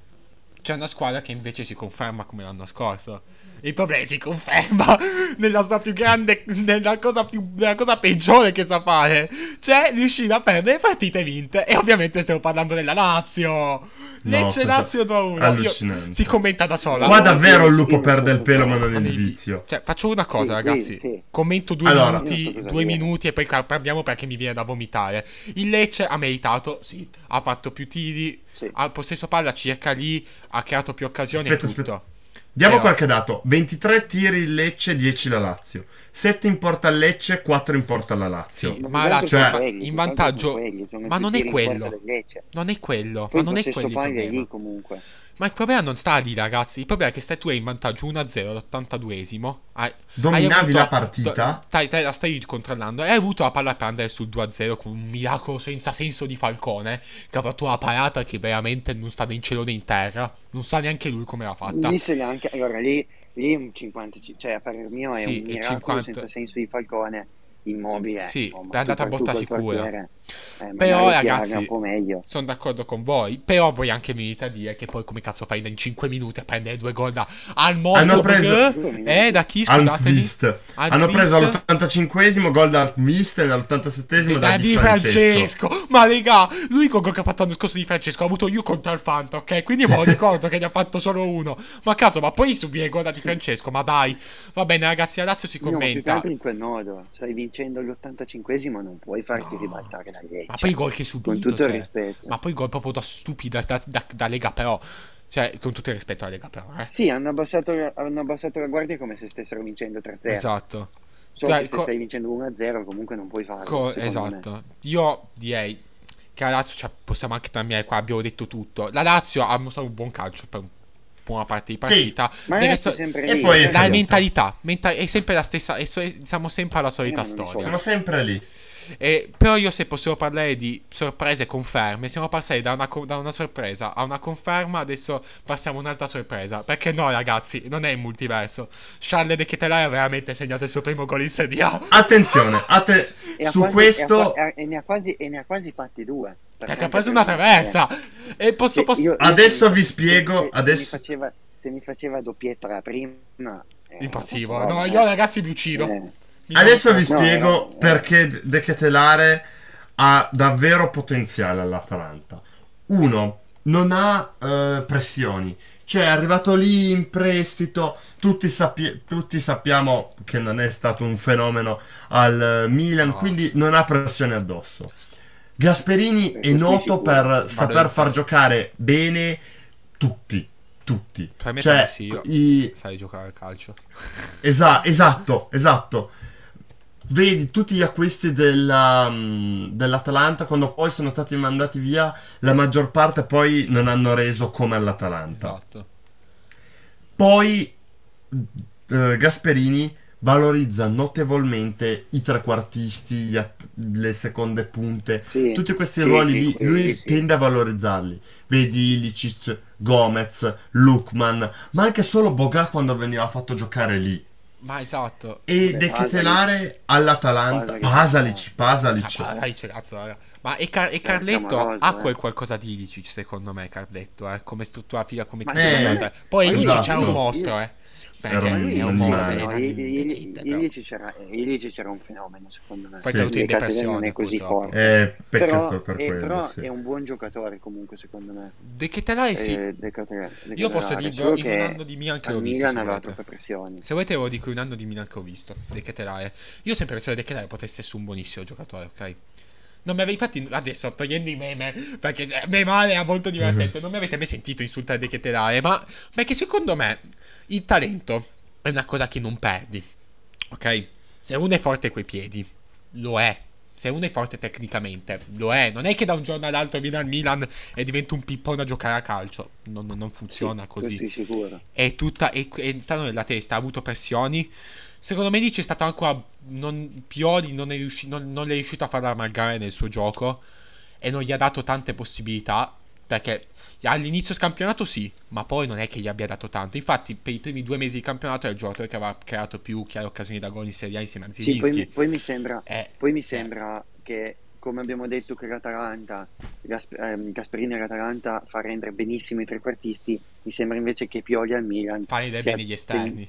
Speaker 3: c'è una squadra che invece si conferma come l'anno scorso. Il problema è che si conferma nella sua più grande, nella cosa peggiore che sa fare. Cioè riuscire a perdere partite vinte. E ovviamente stiamo parlando della Lazio. Lecce Lazio 2-1.
Speaker 2: allucinante.
Speaker 3: Si commenta da sola.
Speaker 2: Qua
Speaker 4: No,
Speaker 2: davvero il
Speaker 4: io
Speaker 2: lupo
Speaker 4: non
Speaker 2: perde
Speaker 4: so
Speaker 2: il pelo
Speaker 4: cosa-
Speaker 2: ma non il
Speaker 3: Avevi-
Speaker 2: vizio.
Speaker 3: Cioè, faccio una cosa,
Speaker 4: Sì,
Speaker 3: ragazzi.
Speaker 4: sì.
Speaker 3: Commento due
Speaker 2: Allora.
Speaker 3: minuti,
Speaker 4: Io non so cosa
Speaker 3: 2
Speaker 4: dire.
Speaker 3: minuti e poi cambiamo perché mi viene da vomitare. Il Lecce ha meritato, sì, ha fatto più tiri,
Speaker 4: Sì.
Speaker 3: al possesso palla circa lì, ha creato più occasioni
Speaker 2: Aspetta,
Speaker 3: e tutto.
Speaker 2: aspetta. Diamo
Speaker 3: Però-
Speaker 2: qualche dato. 23 tiri il Lecce, 10 la Lazio. 7 in porta al Lecce, 4 in porta alla Lazio.
Speaker 3: Sì,
Speaker 4: Ma
Speaker 3: ma
Speaker 4: più che altro
Speaker 3: Lazio
Speaker 2: cioè-
Speaker 4: sono quelli,
Speaker 3: in
Speaker 4: più che altro
Speaker 3: vantaggio,
Speaker 4: sono quelli, sono
Speaker 3: ma
Speaker 4: sui
Speaker 3: non è
Speaker 4: tiri in porta
Speaker 3: quello.
Speaker 4: del Lecce.
Speaker 3: Non è quello,
Speaker 4: Poi
Speaker 3: ma non
Speaker 4: il
Speaker 3: è
Speaker 4: possesso
Speaker 3: quello il
Speaker 4: palla è
Speaker 3: problema.
Speaker 4: lì comunque.
Speaker 3: Ma il problema non sta lì, ragazzi. Il problema è che stai tu in vantaggio 1-0 all'82esimo.
Speaker 2: Dominavi la partita?
Speaker 3: La stai controllando. E hai avuto la palla per andare sul 2-0 con un miracolo senza senso di Falcone. Che ha fatto una parata che veramente non sta né in cielo né in terra. Non sa neanche lui come l'ha fatta.
Speaker 4: Lì se neanche, allora lì è un 50, cioè a parer mio è
Speaker 3: Sì,
Speaker 4: un
Speaker 3: è
Speaker 4: miracolo
Speaker 3: 50.
Speaker 4: senza senso di Falcone, Immobile,
Speaker 3: Sì,
Speaker 4: insomma,
Speaker 3: è andata a
Speaker 4: tu
Speaker 3: botta
Speaker 4: col
Speaker 3: sicura.
Speaker 4: portiere,
Speaker 3: Però,
Speaker 4: magari
Speaker 3: ragazzi,
Speaker 4: tira un po' meglio.
Speaker 3: sono d'accordo con voi. Però voi anche mi venite a dire che poi come cazzo fai in 5 minuti a prendere 2 gol da
Speaker 2: Hanno
Speaker 3: Mostro
Speaker 2: preso-
Speaker 3: da chi, scusatemi?
Speaker 2: Altvist. Hanno preso
Speaker 3: Altvist?
Speaker 2: all'85esimo gol da Altvist e all'87esimo da
Speaker 3: Di
Speaker 2: Di Francesco.
Speaker 3: Francesco. Ma raga, l'unico gol che ha fatto l'anno scorso Di Francesco ha avuto io contro il Fanta, ok? Quindi me lo ricordo che ne ha fatto solo uno. Ma cazzo, ma poi subire il gol da Di Francesco, ma dai. Va bene ragazzi, la Lazio si
Speaker 4: No, ma più che
Speaker 3: commenta.
Speaker 4: altro in quel modo, stai vincendo all'85esimo, non puoi farti ribaltare dal Lecce.
Speaker 3: Ma poi i gol che hai
Speaker 4: con
Speaker 3: subito,
Speaker 4: tutto il
Speaker 3: cioè.
Speaker 4: rispetto.
Speaker 3: Ma poi i gol proprio da stupida, da Lega però. Cioè, con tutto il rispetto alla Lega però,
Speaker 4: Sì, hanno abbassato la guardia come se stessero vincendo 3-0.
Speaker 3: Esatto.
Speaker 4: Solo
Speaker 3: Cioè,
Speaker 4: che se stai vincendo 1-0 comunque non puoi farlo, secondo me.
Speaker 3: esatto. Io direi che la Lazio, cioè, possiamo anche terminare qua, abbiamo detto tutto. La Lazio ha mostrato un buon calcio per buona parte di partita.
Speaker 4: Ma
Speaker 3: Deve
Speaker 4: ragazzi,
Speaker 3: so-
Speaker 4: sempre
Speaker 2: E
Speaker 4: lì,
Speaker 2: poi è
Speaker 3: La
Speaker 2: finito.
Speaker 3: mentalità è sempre la stessa, siamo sempre alla solita
Speaker 4: non ne so.
Speaker 3: storia.
Speaker 2: Sono sempre lì.
Speaker 3: Però io se possiamo parlare di sorprese e conferme, siamo passati da una sorpresa a una conferma, adesso passiamo a un'altra sorpresa. Perché no ragazzi, non è il multiverso. Charles De Ketelaere ha veramente segnato il suo primo gol in Serie A.
Speaker 2: Attenzione,
Speaker 4: E ha
Speaker 2: su
Speaker 4: quasi-
Speaker 2: questo
Speaker 4: e ne ha quasi fatti due.
Speaker 3: Perché ha preso una traversa. E posso...
Speaker 2: Adesso
Speaker 4: se mi
Speaker 2: vi spiego,
Speaker 4: se
Speaker 2: adesso-
Speaker 4: se mi faceva doppietta la prima,
Speaker 3: Impazzivo.
Speaker 4: non so,
Speaker 3: No, io ragazzi mi uccido.
Speaker 2: Adesso vi
Speaker 4: No,
Speaker 2: spiego
Speaker 4: no.
Speaker 2: perché De Ketelare ha davvero potenziale all'Atalanta. Uno, non ha pressioni. Cioè è arrivato lì in prestito, tutti sappiamo che non è stato un fenomeno al Milan,
Speaker 3: No.
Speaker 2: quindi non ha pressione addosso. Gasperini è
Speaker 4: Questo
Speaker 2: noto
Speaker 4: sicuro.
Speaker 2: per saper
Speaker 3: Vado
Speaker 2: far
Speaker 3: in-
Speaker 2: giocare bene tutti.
Speaker 3: Permettami,
Speaker 2: Cioè,
Speaker 3: sì, io
Speaker 2: i-
Speaker 3: sai giocare al calcio.
Speaker 2: esatto. Vedi tutti gli acquisti dell'Atalanta, quando poi sono stati mandati via, la maggior parte poi non hanno reso come all'Atalanta.
Speaker 3: Esatto.
Speaker 2: Poi Gasperini valorizza notevolmente i trequartisti, le seconde punte,
Speaker 4: Sì,
Speaker 2: tutti questi
Speaker 4: sì,
Speaker 2: ruoli
Speaker 4: sì,
Speaker 2: lì,
Speaker 4: quelli
Speaker 2: lui
Speaker 4: sì.
Speaker 2: tende a valorizzarli. Vedi Ilicic, Gomez, Lukman, ma anche solo Boga quando veniva fatto giocare lì.
Speaker 3: Ma esatto.
Speaker 2: E
Speaker 4: Vabbè,
Speaker 2: De Ketelare all'Atalanta,
Speaker 4: Pasalic.
Speaker 2: Pasalic.
Speaker 3: Dai, cazzo, raga. Ma e Carletto
Speaker 4: clamoroso,
Speaker 3: ha qualcosa di Ilicic, secondo me, Carletto, come struttura fila, come
Speaker 4: Ma
Speaker 3: tiro,
Speaker 2: secondo
Speaker 3: eccetera. Poi
Speaker 4: ma
Speaker 3: Ilicic è
Speaker 2: esatto.
Speaker 3: un mostro,
Speaker 2: Era
Speaker 3: perché
Speaker 4: Ma
Speaker 2: un
Speaker 3: è un
Speaker 2: animale.
Speaker 3: mode,
Speaker 4: no,
Speaker 3: però.
Speaker 4: Ilic c'era un fenomeno, secondo me.
Speaker 3: Poi è
Speaker 2: Sì.
Speaker 3: caduto in
Speaker 4: De Ketelaere non
Speaker 3: depressione,
Speaker 4: è così
Speaker 3: purtroppo.
Speaker 4: forte.
Speaker 2: Peccato per quello,
Speaker 4: Però
Speaker 2: sì.
Speaker 4: è un buon giocatore comunque, secondo me.
Speaker 3: De Ketelare sì.
Speaker 4: De
Speaker 3: Io posso
Speaker 4: Ketelaere.
Speaker 3: dirvelo
Speaker 4: Solo
Speaker 3: in un
Speaker 4: che
Speaker 3: anno di Milan che
Speaker 4: al
Speaker 3: l'ho visto,
Speaker 4: Milan
Speaker 3: se
Speaker 4: aveva
Speaker 3: volete.
Speaker 4: troppe pressioni.
Speaker 3: Se volete ve lo dico in un anno di Milan che ho visto, De Ketelare. Io ho sempre pensato che De Ketelare potesse essere un buonissimo giocatore, ok? Non mi avete, infatti, adesso togliendo i meme, perché male è molto divertente, non mi avete mai sentito insultare De Ketelare, ma perché secondo me il talento è una cosa che non perdi, ok? Se uno è forte coi piedi, lo è. Se uno è forte tecnicamente, lo è. Non è che da un giorno all'altro viene al Milan e diventa un pippone a giocare a calcio. Non
Speaker 4: Sì,
Speaker 3: funziona così.
Speaker 4: questo è sicuro.
Speaker 3: È stato nella testa, ha avuto pressioni. Secondo me lì c'è stato ancora. Pioli non è riuscito a farla amalgare nel suo gioco. E non gli ha dato tante possibilità. Perché all'inizio campionato sì, ma poi non è che gli abbia dato tanto. Infatti, per i primi 2 mesi di campionato è il giocatore che aveva creato più chiare occasioni da gol in Serie A insieme a
Speaker 4: Sì,
Speaker 3: Zielinski.
Speaker 4: poi mi sembra che, come abbiamo detto, che l'Atalanta, Gasperini all'Atalanta fa rendere benissimo i trequartisti, mi sembra invece che Pioli al Milan
Speaker 3: Fa rendere bene gli esterni.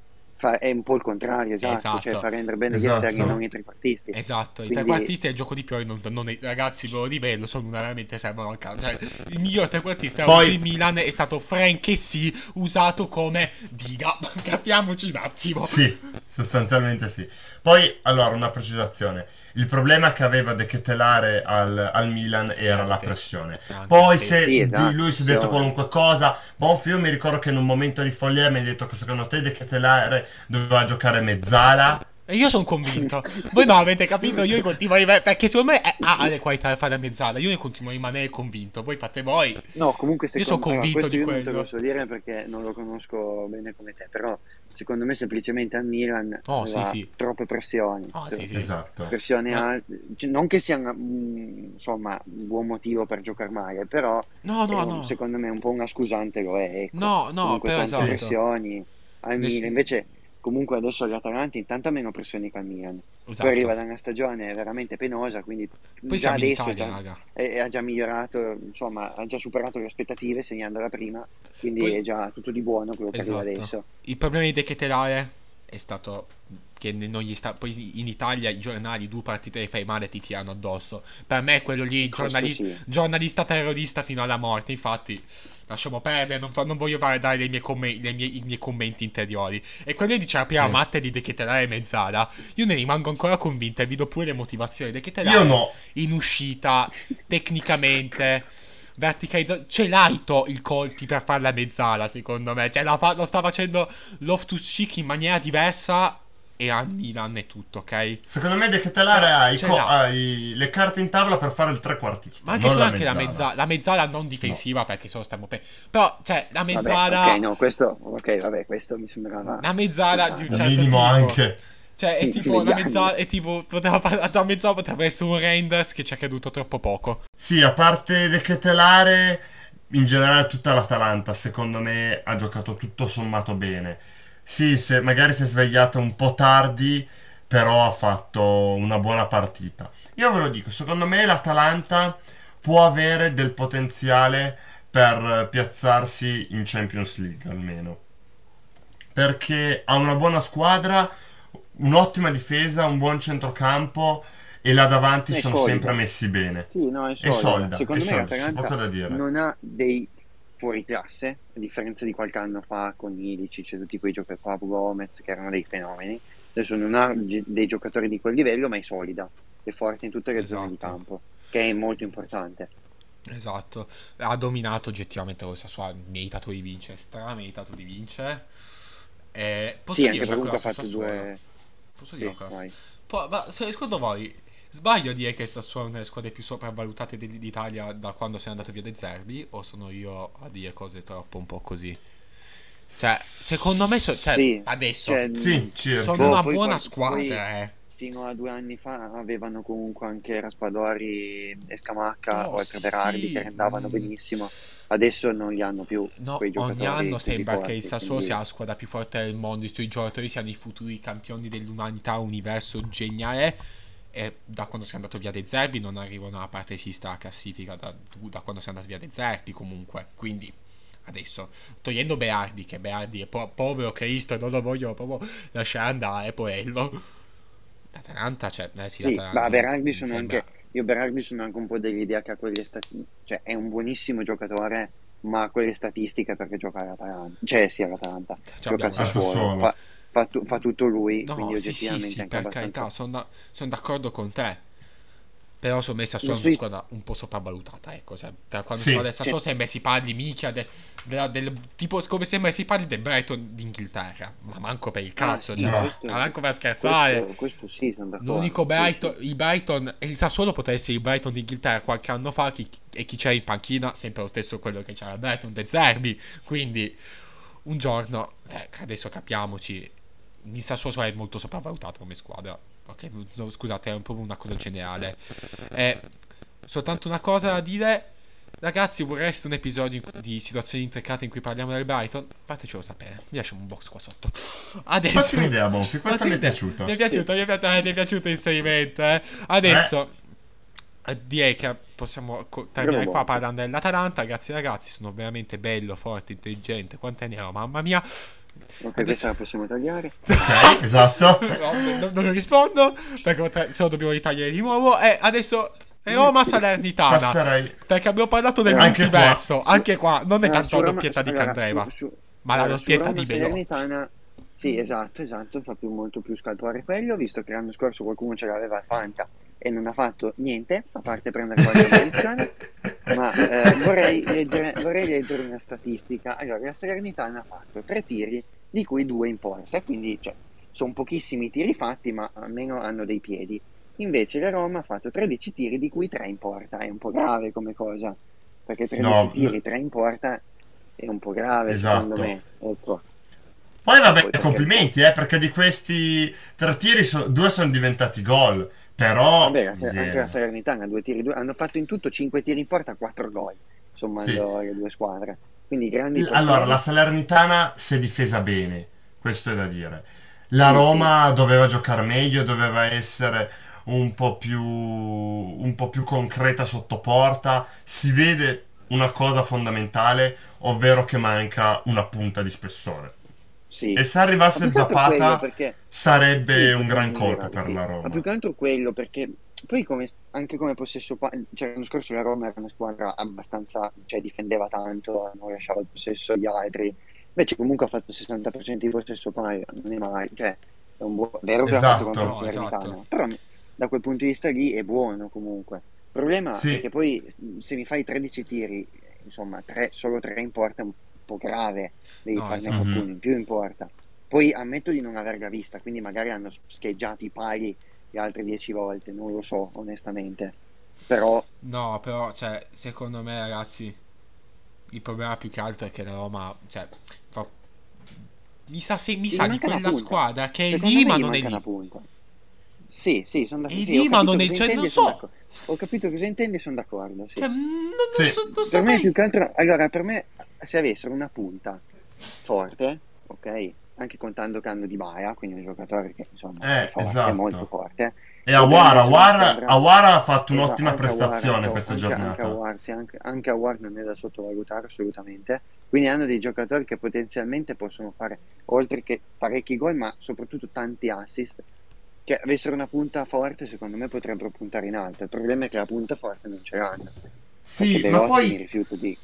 Speaker 4: è un po' il contrario, esatto, cioè
Speaker 3: Esatto.
Speaker 4: fa rendere bene gli
Speaker 2: Esatto.
Speaker 4: esterni e non i trequartisti.
Speaker 3: Esatto, i
Speaker 4: Quindi
Speaker 3: trequartisti e il gioco di Pioli ragazzi, ve lo rivello, sono veramente servono al calcio. Cioè, il miglior trequartista
Speaker 2: Poi-
Speaker 3: del Milan è stato Frank sì, usato come diga. Capiamoci un attimo.
Speaker 2: Sì, sostanzialmente sì. Poi, allora, una precisazione. Il problema che aveva De Ketelare al Milan era la
Speaker 3: Niente.
Speaker 2: pressione.
Speaker 3: Anche
Speaker 2: Poi
Speaker 3: sì.
Speaker 2: se
Speaker 4: Sì,
Speaker 2: di
Speaker 4: esatto,
Speaker 2: lui si è detto
Speaker 4: pressione.
Speaker 2: qualunque cosa, Bonfi, io mi ricordo che in un momento di follia mi hai detto che secondo te De Ketelare doveva giocare mezzala.
Speaker 3: E io sono convinto. Voi no, avete capito? Io continuo a rimanere. Perché secondo me ha le qualità da fare la mezzala. Io ne continuo a rimanere convinto. Voi fate voi.
Speaker 4: No, comunque
Speaker 3: Io sono convinto
Speaker 4: questo
Speaker 3: di
Speaker 4: io non te
Speaker 3: quello.
Speaker 4: lo so dire perché non lo conosco bene come te, però secondo me semplicemente al Milan
Speaker 3: Oh, sì,
Speaker 4: aveva
Speaker 3: sì.
Speaker 4: troppe pressioni.
Speaker 3: Oh, sì, sì.
Speaker 2: Esatto.
Speaker 4: Pressioni
Speaker 3: Ma-
Speaker 4: alte, cioè, non che sia insomma un buon motivo per giocare male, però
Speaker 3: No, no, no.
Speaker 4: secondo me un po' una scusante lo è, ecco.
Speaker 3: No, no,
Speaker 4: Comunque
Speaker 3: però
Speaker 4: tante
Speaker 2: Sì.
Speaker 3: esatto.
Speaker 4: pressioni al
Speaker 3: Ness-
Speaker 4: Milan, invece comunque adesso l'Atalanta intanto ha meno pressioni che al Milan.
Speaker 3: Esatto.
Speaker 4: Poi arriva da una stagione veramente penosa, quindi
Speaker 3: Poi
Speaker 4: già
Speaker 3: siamo in
Speaker 4: adesso
Speaker 3: Italia, raga.
Speaker 4: ha già migliorato, insomma, ha già superato le aspettative segnandola prima, quindi
Speaker 3: Poi-
Speaker 4: è già tutto di buono quello che arriva
Speaker 3: Esatto.
Speaker 4: adesso.
Speaker 3: Il problema di De Ketelare è stato che non gli sta. Poi in Italia i giornali 2 partite le fai male e ti tirano addosso. Per me è quello lì,
Speaker 4: Questo sì.
Speaker 3: giornalista terrorista fino alla morte. Infatti, lasciamo perdere, non voglio dare i miei commenti interiori. E quello dice la prima
Speaker 2: Sì.
Speaker 3: matta di De Ketelare mezzala. Io ne rimango ancora convinto e vi do pure le motivazioni. De
Speaker 2: Io
Speaker 3: Ketelare
Speaker 2: no.
Speaker 3: in uscita, tecnicamente, verticalizzato, ce l'hai i colpi per fare la mezzala, secondo me. Cioè, lo sta facendo Loftus-Cheek in maniera diversa e al Milan è tutto, ok?
Speaker 2: Secondo me De Ketelare
Speaker 3: Però
Speaker 2: ha,
Speaker 3: ce l'ha.
Speaker 2: le carte in tavola per fare il trequartista,
Speaker 3: Ma anche
Speaker 2: non
Speaker 3: solo
Speaker 2: la
Speaker 3: anche
Speaker 2: mezzala.
Speaker 3: la mezzala non difensiva perché solo stiamo però, cioè, la
Speaker 4: Vabbè,
Speaker 3: mezzala
Speaker 4: ok, no, questo mi sembrava
Speaker 3: la mezzala di un
Speaker 4: esagerato.
Speaker 3: certo
Speaker 2: Minimo
Speaker 3: tipo.
Speaker 2: anche.
Speaker 3: Cioè, è tipo
Speaker 4: Negli
Speaker 3: la
Speaker 4: anni.
Speaker 3: mezzala, è tipo da mezzala potrebbe essere un Reinders che ci è creduto troppo poco.
Speaker 2: Sì, a parte De Ketelare, in generale tutta l'Atalanta, secondo me, ha giocato tutto sommato bene. Sì, magari si è svegliata un po' tardi, però ha fatto una buona partita. Io ve lo dico, secondo me l'Atalanta può avere del potenziale per piazzarsi in Champions League almeno. Perché ha una buona squadra, un'ottima difesa, un buon centrocampo e là davanti
Speaker 4: È
Speaker 2: sono
Speaker 4: solida.
Speaker 2: sempre messi bene.
Speaker 4: Sì, no, è
Speaker 2: È
Speaker 4: solida.
Speaker 2: solida,
Speaker 4: Secondo me
Speaker 2: c'è poco
Speaker 4: l'Atalanta
Speaker 2: da dire.
Speaker 4: non ha dei fuoriclasse, a differenza di qualche anno fa con Ilicic e tutti quei giocatori, Pablo Gomez, che erano dei fenomeni. Adesso non ha dei giocatori di quel livello, ma è solida, è forte in tutte le zone di
Speaker 3: Esatto.
Speaker 4: campo, che è molto importante.
Speaker 3: Esatto, ha dominato oggettivamente lo Sassuolo, meritato di vincere, strameritato di vincere. Posso
Speaker 4: Sì,
Speaker 3: dire
Speaker 4: anche
Speaker 3: una
Speaker 4: per comunque
Speaker 3: cosa
Speaker 4: ha
Speaker 3: sul
Speaker 4: fatto
Speaker 3: Sassuolo?
Speaker 4: due...
Speaker 3: Posso dire
Speaker 4: Sì,
Speaker 3: una cosa?
Speaker 4: vai.
Speaker 3: Ma secondo voi sbaglio a dire che il Sassuolo è una delle squadre più sopravvalutate d'Italia da quando se n'è andato via De Zerbi? O sono io a dire cose troppo un po' così? Cioè, secondo me, cioè,
Speaker 4: Sì,
Speaker 3: adesso
Speaker 4: cioè,
Speaker 2: Sì, circa.
Speaker 3: sono una
Speaker 4: poi
Speaker 3: buona
Speaker 4: poi
Speaker 3: squadra,
Speaker 4: fino a 2 anni fa avevano comunque anche Raspadori e Scamacca
Speaker 3: Oh,
Speaker 4: oltre a Berardi
Speaker 3: sì,
Speaker 4: che andavano benissimo. Adesso non li hanno più
Speaker 3: No,
Speaker 4: quei
Speaker 3: ogni
Speaker 4: giocatori
Speaker 3: anno
Speaker 4: così
Speaker 3: sembra che il
Speaker 4: forti,
Speaker 3: Sassuolo
Speaker 4: quindi
Speaker 3: sia la squadra più forte del mondo, i suoi giocatori siano i futuri campioni dell'umanità, universo geniale. E da quando si è andato via De Zerbi non arrivano alla parte esista la classifica da quando si è andato via De Zerbi comunque. Quindi adesso, togliendo Berardi, che Berardi è povero Cristo e non lo voglio proprio lasciare andare, poverello. L'Atalanta, cioè, sì,
Speaker 4: Sì, ma
Speaker 3: l'Atalanta
Speaker 4: Berardi
Speaker 3: mi
Speaker 4: sono
Speaker 3: sembra...
Speaker 4: anche, io Berardi sono anche un po' dell'idea che ha quelle cioè è un buonissimo giocatore, ma ha quelle statistiche perché gioca all'Atalanta, cioè sì all'Atalanta,
Speaker 3: Ci
Speaker 4: gioca al
Speaker 3: abbiamo
Speaker 2: Al
Speaker 3: ragione.
Speaker 4: Sassuolo,
Speaker 2: Sassuolo.
Speaker 4: fa tutto lui,
Speaker 3: No,
Speaker 4: quindi
Speaker 3: sì, sì,
Speaker 4: oggettivamente
Speaker 3: sì,
Speaker 4: è anche
Speaker 3: per
Speaker 4: abbastanza...
Speaker 3: carità, sono d'accordo con te. Però sono messa
Speaker 4: Lo
Speaker 3: solo una
Speaker 4: sui...
Speaker 3: squadra un po' sopravvalutata, ecco. Cioè, quando si parla
Speaker 2: Sì,
Speaker 3: del
Speaker 4: Cioè,
Speaker 3: Sassuolo sembra si parli mica tipo come sembra si parli del Brighton d'Inghilterra. Ma manco per il
Speaker 4: ah
Speaker 3: cazzo,
Speaker 4: sì,
Speaker 3: cioè,
Speaker 2: no.
Speaker 3: ma manco per scherzare.
Speaker 4: questo sì, sono
Speaker 3: L'unico
Speaker 4: d'accordo, sì,
Speaker 3: Brighton,
Speaker 4: sì.
Speaker 3: il Brighton e il Sassuolo poteva essere il Brighton d'Inghilterra qualche anno fa e chi c'era in panchina, sempre lo stesso quello che c'era il Brighton, De Zerbi. Quindi un giorno, adesso capiamoci, il Sassuolo è molto sopravvalutato come squadra. Ok, no, scusate, è proprio una cosa generale. E soltanto una cosa da dire. Ragazzi, vorreste un episodio di situazioni intricate in cui parliamo del Brighton? Fatecelo sapere. Mi lascio un box qua sotto.
Speaker 2: Ottima
Speaker 3: Adesso.
Speaker 2: idea, Bonfi, questa mi
Speaker 3: Ottima
Speaker 2: è
Speaker 3: idea. Mi è
Speaker 2: piaciuta.
Speaker 4: Sì,
Speaker 3: piaciuto, ti è piaciuto l'inserimento, eh?
Speaker 2: Eh?
Speaker 3: Adesso. Direi che possiamo
Speaker 4: bravo
Speaker 3: terminare qua
Speaker 4: Bonfils.
Speaker 3: parlando dell'Atalanta. Grazie ragazzi, sono veramente bello, forte, intelligente. Quante ne ho, mamma mia.
Speaker 4: Ok, questa
Speaker 3: Adesso.
Speaker 4: la possiamo tagliare.
Speaker 2: Ok, esatto.
Speaker 3: No, non rispondo perché se no dobbiamo ritagliare di nuovo. E adesso Roma Salernitana.
Speaker 2: Passerei
Speaker 3: Perché abbiamo parlato del
Speaker 4: Allora,
Speaker 2: anche qua.
Speaker 3: multiverso.
Speaker 4: su,
Speaker 3: Anche qua non è tanto
Speaker 4: su
Speaker 3: la
Speaker 4: Roma,
Speaker 3: doppietta di Candreva, ma la
Speaker 4: su
Speaker 3: doppietta di
Speaker 4: Roma
Speaker 3: Belò.
Speaker 4: Salernitana, sì, esatto, fa molto più scalpore quello, visto che l'anno scorso qualcuno ce l'aveva a Fanta e non ha fatto niente, a parte prendere qualche maledizione, ma vorrei leggere una statistica. Allora, la Salernitana ha fatto 3 tiri, di cui 2 in porta, quindi cioè, sono pochissimi tiri fatti, ma almeno hanno dei piedi. Invece la Roma ha fatto 13 tiri, di cui 3 in porta, è un po' grave come cosa, perché 13
Speaker 2: No,
Speaker 4: tiri, 3 in porta è un po' grave secondo
Speaker 2: esatto.
Speaker 4: me, ecco.
Speaker 2: Poi vabbè,
Speaker 4: Poi per carità.
Speaker 2: complimenti, perché di questi 3 tiri due sono diventati gol. Però,
Speaker 4: Vabbè, anche la
Speaker 2: yeah,
Speaker 4: Salernitana, 2 tiri, hanno fatto in tutto 5 tiri in porta, 4 gol,
Speaker 2: sì.
Speaker 4: sommando le due squadre. Quindi grandi
Speaker 2: Allora, la
Speaker 4: portieri,
Speaker 2: Salernitana si è difesa bene, questo è da dire. La
Speaker 4: sì, sì,
Speaker 2: Roma doveva giocare meglio, doveva essere un po' più concreta sotto porta. Si vede una cosa fondamentale, ovvero che manca una punta di spessore. E
Speaker 4: sì.
Speaker 2: se
Speaker 4: Ma
Speaker 2: arrivasse
Speaker 4: più che altro quello
Speaker 2: Zapata
Speaker 4: perché, sì,
Speaker 2: sarebbe un gran
Speaker 4: potremmo
Speaker 2: colpo
Speaker 4: migliorare,
Speaker 2: per
Speaker 4: sì.
Speaker 2: la
Speaker 4: Ma più
Speaker 2: Roma.
Speaker 4: che altro quello perché poi anche come possesso, cioè l'anno scorso la Roma era una squadra abbastanza, cioè difendeva tanto, non lasciava il possesso agli altri. Invece comunque ha fatto il 60% di possesso pari, non è mai, cioè è vero che l'ha fatto contro la
Speaker 2: Esatto,
Speaker 3: No, esatto.
Speaker 4: Salernitana, però da quel punto di vista lì è buono comunque. Il problema è
Speaker 2: sì,
Speaker 4: che poi se mi fai 13 tiri, insomma, solo 3 in porta è un po' grave, devi
Speaker 3: No,
Speaker 4: farne
Speaker 3: esatto.
Speaker 2: mhm,
Speaker 4: qualcuno in più in porta. Poi ammetto di non averla vista, quindi magari hanno scheggiato i pali le altre 10 volte, non lo so onestamente. Però
Speaker 3: No, però, cioè, secondo me, ragazzi, il problema più che altro è che la Roma, cioè, fa- mi
Speaker 4: gli
Speaker 3: sa di
Speaker 4: manca una
Speaker 3: quella
Speaker 4: punta.
Speaker 3: squadra che è
Speaker 4: Secondo
Speaker 3: lì,
Speaker 4: me
Speaker 3: ma
Speaker 4: gli
Speaker 3: non è
Speaker 4: manca
Speaker 3: lì.
Speaker 4: una punta. Sì, sì,
Speaker 3: È
Speaker 4: sì, ho
Speaker 3: lì, ma
Speaker 4: capito
Speaker 3: non è,
Speaker 4: cosa
Speaker 3: cioè,
Speaker 4: intendi
Speaker 3: non
Speaker 4: e sono
Speaker 3: so.
Speaker 4: d'accordo. Ho capito cosa intendi e sono d'accordo, sì.
Speaker 3: Cioè,
Speaker 2: sì,
Speaker 3: non
Speaker 4: Per me
Speaker 3: saprei.
Speaker 4: più che altro, allora, per me se avessero una punta forte, ok? Anche contando che hanno Dybala, quindi un giocatore che insomma è forte, molto
Speaker 2: esatto.
Speaker 4: forte,
Speaker 2: E
Speaker 4: potrebbe
Speaker 2: Awar,
Speaker 4: essere una
Speaker 2: Awar,
Speaker 4: squadra.
Speaker 2: Awar ha fatto un'ottima
Speaker 4: Anche Awar,
Speaker 2: prestazione questa
Speaker 4: Anche
Speaker 2: giornata.
Speaker 4: Awar, sì, anche Awar non è da sottovalutare assolutamente. Quindi hanno dei giocatori che potenzialmente possono fare, oltre che parecchi gol, ma soprattutto tanti assist. Cioè, avessero una punta forte, secondo me potrebbero puntare in alto. Il problema è che la punta forte non ce l'hanno. Perché
Speaker 2: Sì, ma
Speaker 4: Belotti mi
Speaker 2: poi
Speaker 4: rifiuto di...